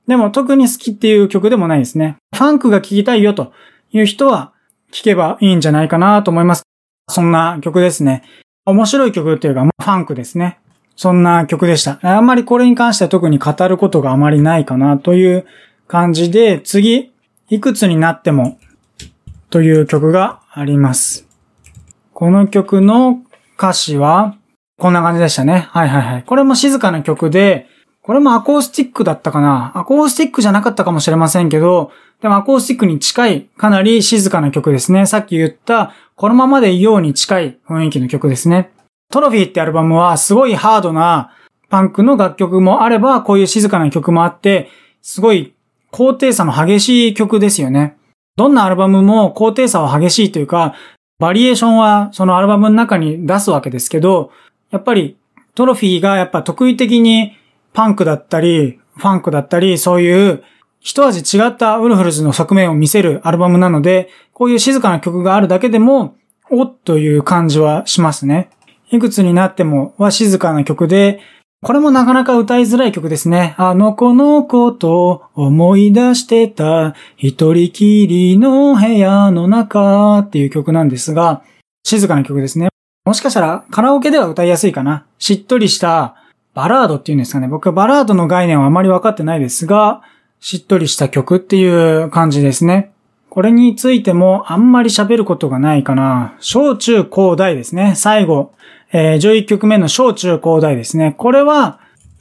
S1: でも特に好きっていう曲でもないですね。ファンクが聴きたいよという人は聴けばいいんじゃないかなと思います。そんな曲ですね。面白い曲っていうか、ファンクですね。そんな曲でした。あんまりこれに関しては特に語ることがあまりないかなという感じで、次、いくつになってもという曲があります。この曲の歌詞はこんな感じでしたね。はいはいはい。これも静かな曲で、これもアコースティックだったかな。アコースティックじゃなかったかもしれませんけど、でもアコースティックに近い、かなり静かな曲ですね。さっき言った、このままでいように近い雰囲気の曲ですね。トロフィーってアルバムはすごいハードなパンクの楽曲もあれば、こういう静かな曲もあって、すごい高低差の激しい曲ですよね。どんなアルバムも高低差は激しいというか、バリエーションはそのアルバムの中に出すわけですけど、やっぱりトロフィーがやっぱ得意的にパンクだったり、ファンクだったり、そういう一味違ったウルフルズの側面を見せるアルバムなので、こういう静かな曲があるだけでも、おっという感じはしますね。いくつになってもは静かな曲で、これもなかなか歌いづらい曲ですね。あの子のこと思い出してた一人きりの部屋の中っていう曲なんですが、静かな曲ですね。もしかしたらカラオケでは歌いやすいかな。しっとりしたバラードっていうんですかね。僕はバラードの概念はあまり分かってないですが、しっとりした曲っていう感じですね。これについてもあんまり喋ることがないかな。小中高大ですね。最後。11曲目の小中高大ですね。これは、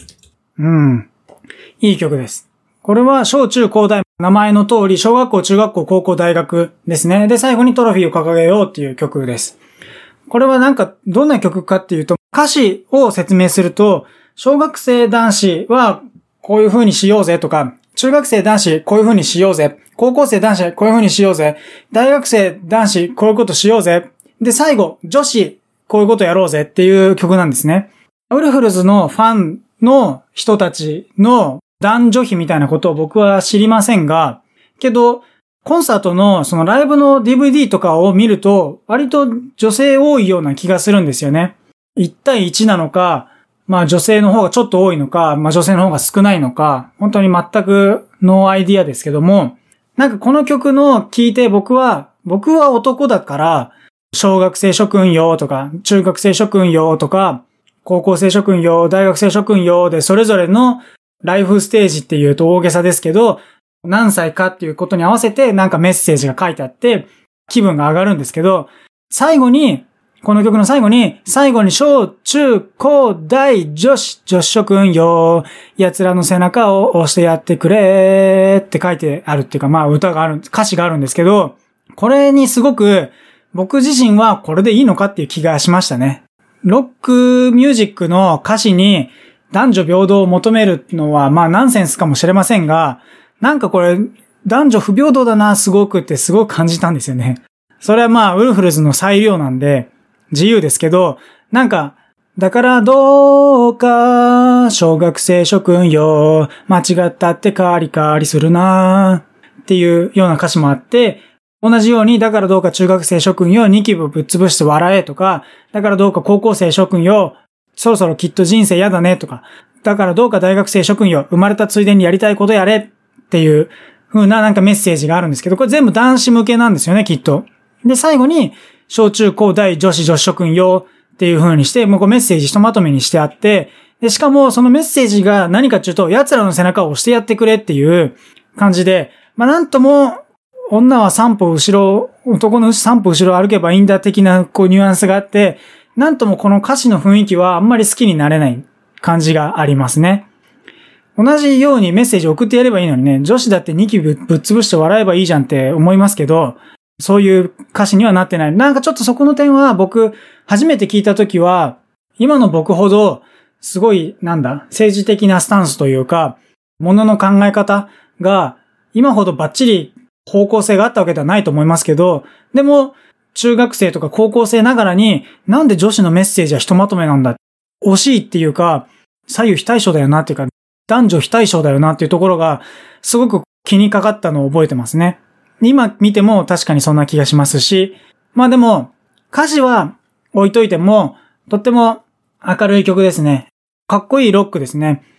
S1: いい曲です。これは小中高大、名前の通り、小学校、中学校、高校、大学ですね。で、最後にトロフィーを掲げようっていう曲です。これはなんか、どんな曲かっていうと、歌詞を説明すると、小学生男子はこういう風にしようぜとか、中学生男子こういう風にしようぜ、高校生男子こういう風にしようぜ、大学生男子こういうことしようぜ。で、最後、女子こういうことやろうぜっていう曲なんですね。ウルフルズのファンの人たちの男女比みたいなことを僕は知りませんが、けど、コンサートのそのライブの DVD とかを見ると、割と女性多いような気がするんですよね。1対1なのか、女性の方がちょっと多いのか、女性の方が少ないのか、本当に全くノーアイディアですけども、なんかこの曲の聞いて僕は男だから、小学生諸君よとか、中学生諸君よとか、高校生諸君よ、大学生諸君よで、それぞれのライフステージっていうと大げさですけど、何歳かっていうことに合わせてなんかメッセージが書いてあって、気分が上がるんですけど、この曲の最後に小中高大女子諸君よ、奴らの背中を押してやってくれって書いてあるっていうか、歌詞があるんですけど、これにすごく僕自身はこれでいいのかっていう気がしましたね。ロックミュージックの歌詞に男女平等を求めるのはナンセンスかもしれませんが、なんかこれ男女不平等だなすごく感じたんですよね。それはウルフルズの裁量なんで自由ですけど、なんかだからどうか小学生諸君よ、間違ったってカリカリするなっていうような歌詞もあって、同じように、だからどうか中学生諸君よ、ニキビをぶっ潰して笑えとか、だからどうか高校生諸君よ、そろそろきっと人生やだねとか、だからどうか大学生諸君よ、生まれたついでにやりたいことやれっていう風ななんかメッセージがあるんですけど、これ全部男子向けなんですよね、きっと。で、最後に、小中高大女子諸君よっていう風にして、もうメッセージひとまとめにしてあって、で、しかもそのメッセージが何かっていうと、奴らの背中を押してやってくれっていう感じで、なんとも、女は3歩後ろ、男の3歩後ろ歩けばいいんだ的なニュアンスがあって、なんともこの歌詞の雰囲気はあんまり好きになれない感じがありますね。同じようにメッセージ送ってやればいいのにね、女子だってニキビぶっ潰して笑えばいいじゃんって思いますけど、そういう歌詞にはなってない。なんかちょっとそこの点は僕、初めて聞いたときは、今の僕ほど、すごい、政治的なスタンスというか、ものの考え方が、今ほどバッチリ方向性があったわけではないと思いますけど、でも、中学生とか高校生ながらに、なんで女子のメッセージはひとまとめなんだ。惜しいっていうか、左右非対称だよなっていうか、男女非対称だよなっていうところが、すごく気にかかったのを覚えてますね。今見ても確かにそんな気がしますし、でも、歌詞は置いといても、とっても明るい曲ですね。かっこいいロックですね。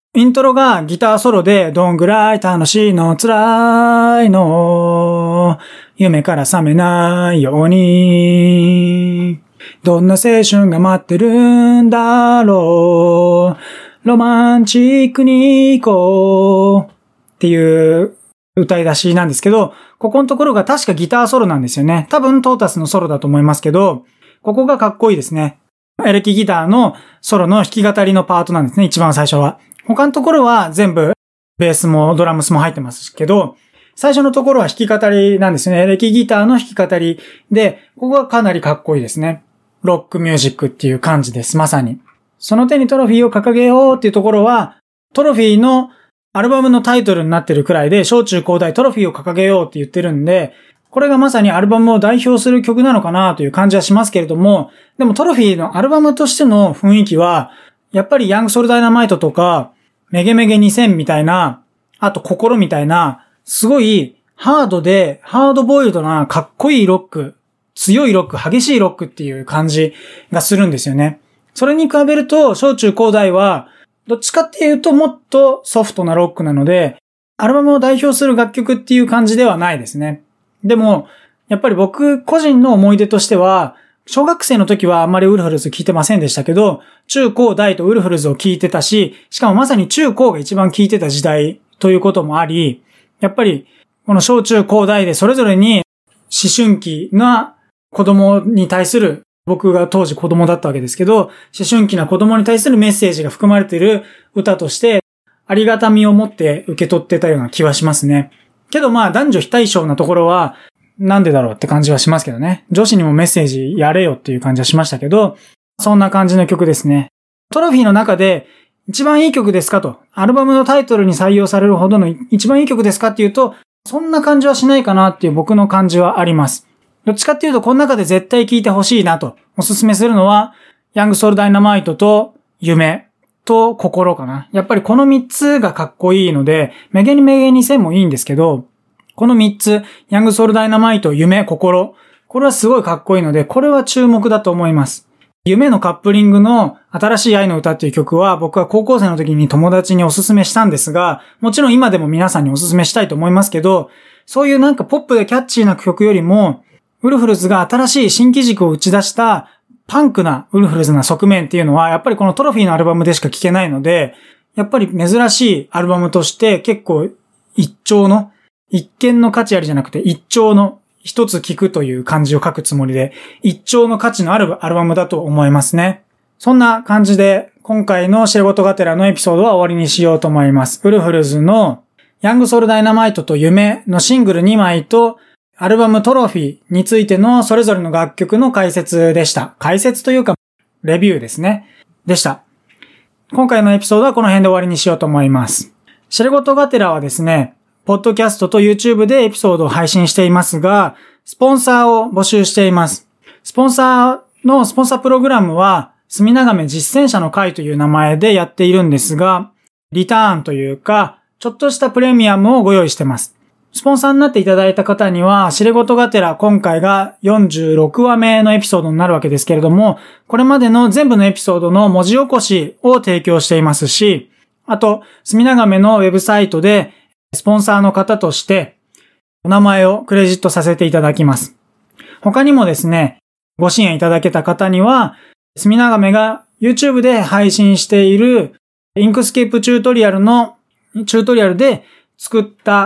S1: イントロがギターソロで、どんぐらい楽しいの辛いの夢から覚めないようにどんな青春が待ってるんだろうロマンチックに行こうっていう歌い出しなんですけど、ここのところが確かギターソロなんですよね。多分トータスのソロだと思いますけど、ここがかっこいいですね。エレキギターのソロの弾き語りのパートなんですね、一番最初は。他のところは全部ベースもドラムスも入ってますけど、最初のところは弾き語りなんですよね。エレキギターの弾き語りで、ここがかなりかっこいいですね。ロックミュージックっていう感じです、まさに。その手にトロフィーを掲げようっていうところは、トロフィーのアルバムのタイトルになってるくらいで、小中高大トロフィーを掲げようって言ってるんで、これがまさにアルバムを代表する曲なのかなという感じはしますけれども、でもトロフィーのアルバムとしての雰囲気は、やっぱりヤングソウルダイナマイトとか、メゲメゲ2000みたいな、あと心みたいな、すごいハードで、ハードボイルドなかっこいいロック、強いロック、激しいロックっていう感じがするんですよね。それに比べると、小中高大は、どっちかっていうともっとソフトなロックなので、アルバムを代表する楽曲っていう感じではないですね。でも、やっぱり僕個人の思い出としては、小学生の時はあんまりウルフルズ聴いてませんでしたけど、中高大とウルフルズを聴いてたし、しかもまさに中高が一番聴いてた時代ということもあり、やっぱりこの小中高大でそれぞれに思春期な子供に対する、僕が当時子供だったわけですけど、思春期な子供に対するメッセージが含まれている歌としてありがたみを持って受け取ってたような気はしますね。けどまあ男女非対称なところはなんでだろうって感じはしますけどね。女子にもメッセージやれよっていう感じはしましたけど、そんな感じの曲ですね。トロフィーの中で一番いい曲ですかと、アルバムのタイトルに採用されるほどの一番いい曲ですかっていうと、そんな感じはしないかなっていう僕の感じはあります。どっちかっていうとこの中で絶対聴いてほしいなとおすすめするのは、ヤングソウルダイナマイトと夢と心かな。やっぱりこの3つがかっこいいので、メゲニメゲニ1000もいいんですけど、この3つ、ヤングソウルダイナマイト、夢、心。これはすごいかっこいいので、これは注目だと思います。夢のカップリングの新しい愛の歌っていう曲は僕は高校生の時に友達におすすめしたんですが、もちろん今でも皆さんにおすすめしたいと思いますけど、そういうなんかポップでキャッチーな曲よりも、ウルフルズが新しい新機軸を打ち出したパンクなウルフルズな側面っていうのはやっぱりこのトロフィーのアルバムでしか聴けないので、やっぱり珍しいアルバムとして結構一見の価値ありじゃなくて一丁の一つ聞くという漢字を書くつもりで一丁の価値のあるアルバムだと思いますね。そんな感じで今回のシェルゴトガテラのエピソードは終わりにしようと思います。ウルフルズのヤングソウルダイナマイトと夢のシングル2枚とアルバムトロフィーについてのそれぞれの楽曲の解説でした。解説というかレビューですね。でした。今回のエピソードはこの辺で終わりにしようと思います。シェルゴトガテラはですね、ポッドキャストと YouTube でエピソードを配信していますが、スポンサーを募集しています。スポンサープログラムは、隅長め実践者の会という名前でやっているんですが、リターンというか、ちょっとしたプレミアムをご用意しています。スポンサーになっていただいた方には、シレゴトがてら今回が46話目のエピソードになるわけですけれども、これまでの全部のエピソードの文字起こしを提供していますし、あと、隅長めのウェブサイトで、スポンサーの方として、お名前をクレジットさせていただきます。他にもですね、ご支援いただけた方には、隅長めが YouTube で配信しているインクスケープチュートリアルで作った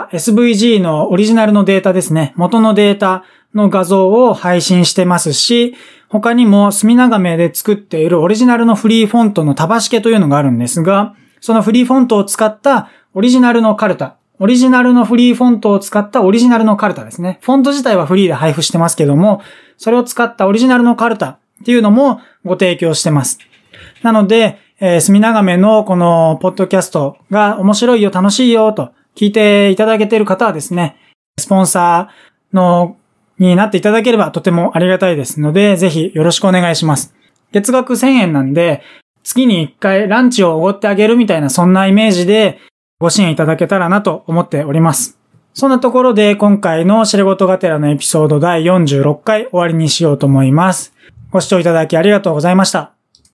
S1: SVG のオリジナルのデータですね。元のデータの画像を配信してますし、他にも隅長めで作っているオリジナルのフリーフォントのタバシケというのがあるんですが、そのフリーフォントを使ったオリジナルのカルタ、オリジナルのフリーフォントを使ったオリジナルのカルタですね。フォント自体はフリーで配布してますけども、それを使ったオリジナルのカルタっていうのもご提供してます。なので、隅長めのこのポッドキャストが面白いよ、楽しいよと聞いていただけている方はですね、スポンサーになっていただければとてもありがたいですので、ぜひよろしくお願いします。月額1000円なんで、月に1回ランチをおごってあげるみたいなそんなイメージでご支援いただけたらなと思っております。そんなところで今回のシレゴトがてらのエピソード第46回終わりにしようと思います。ご視聴いただきありがとうございました。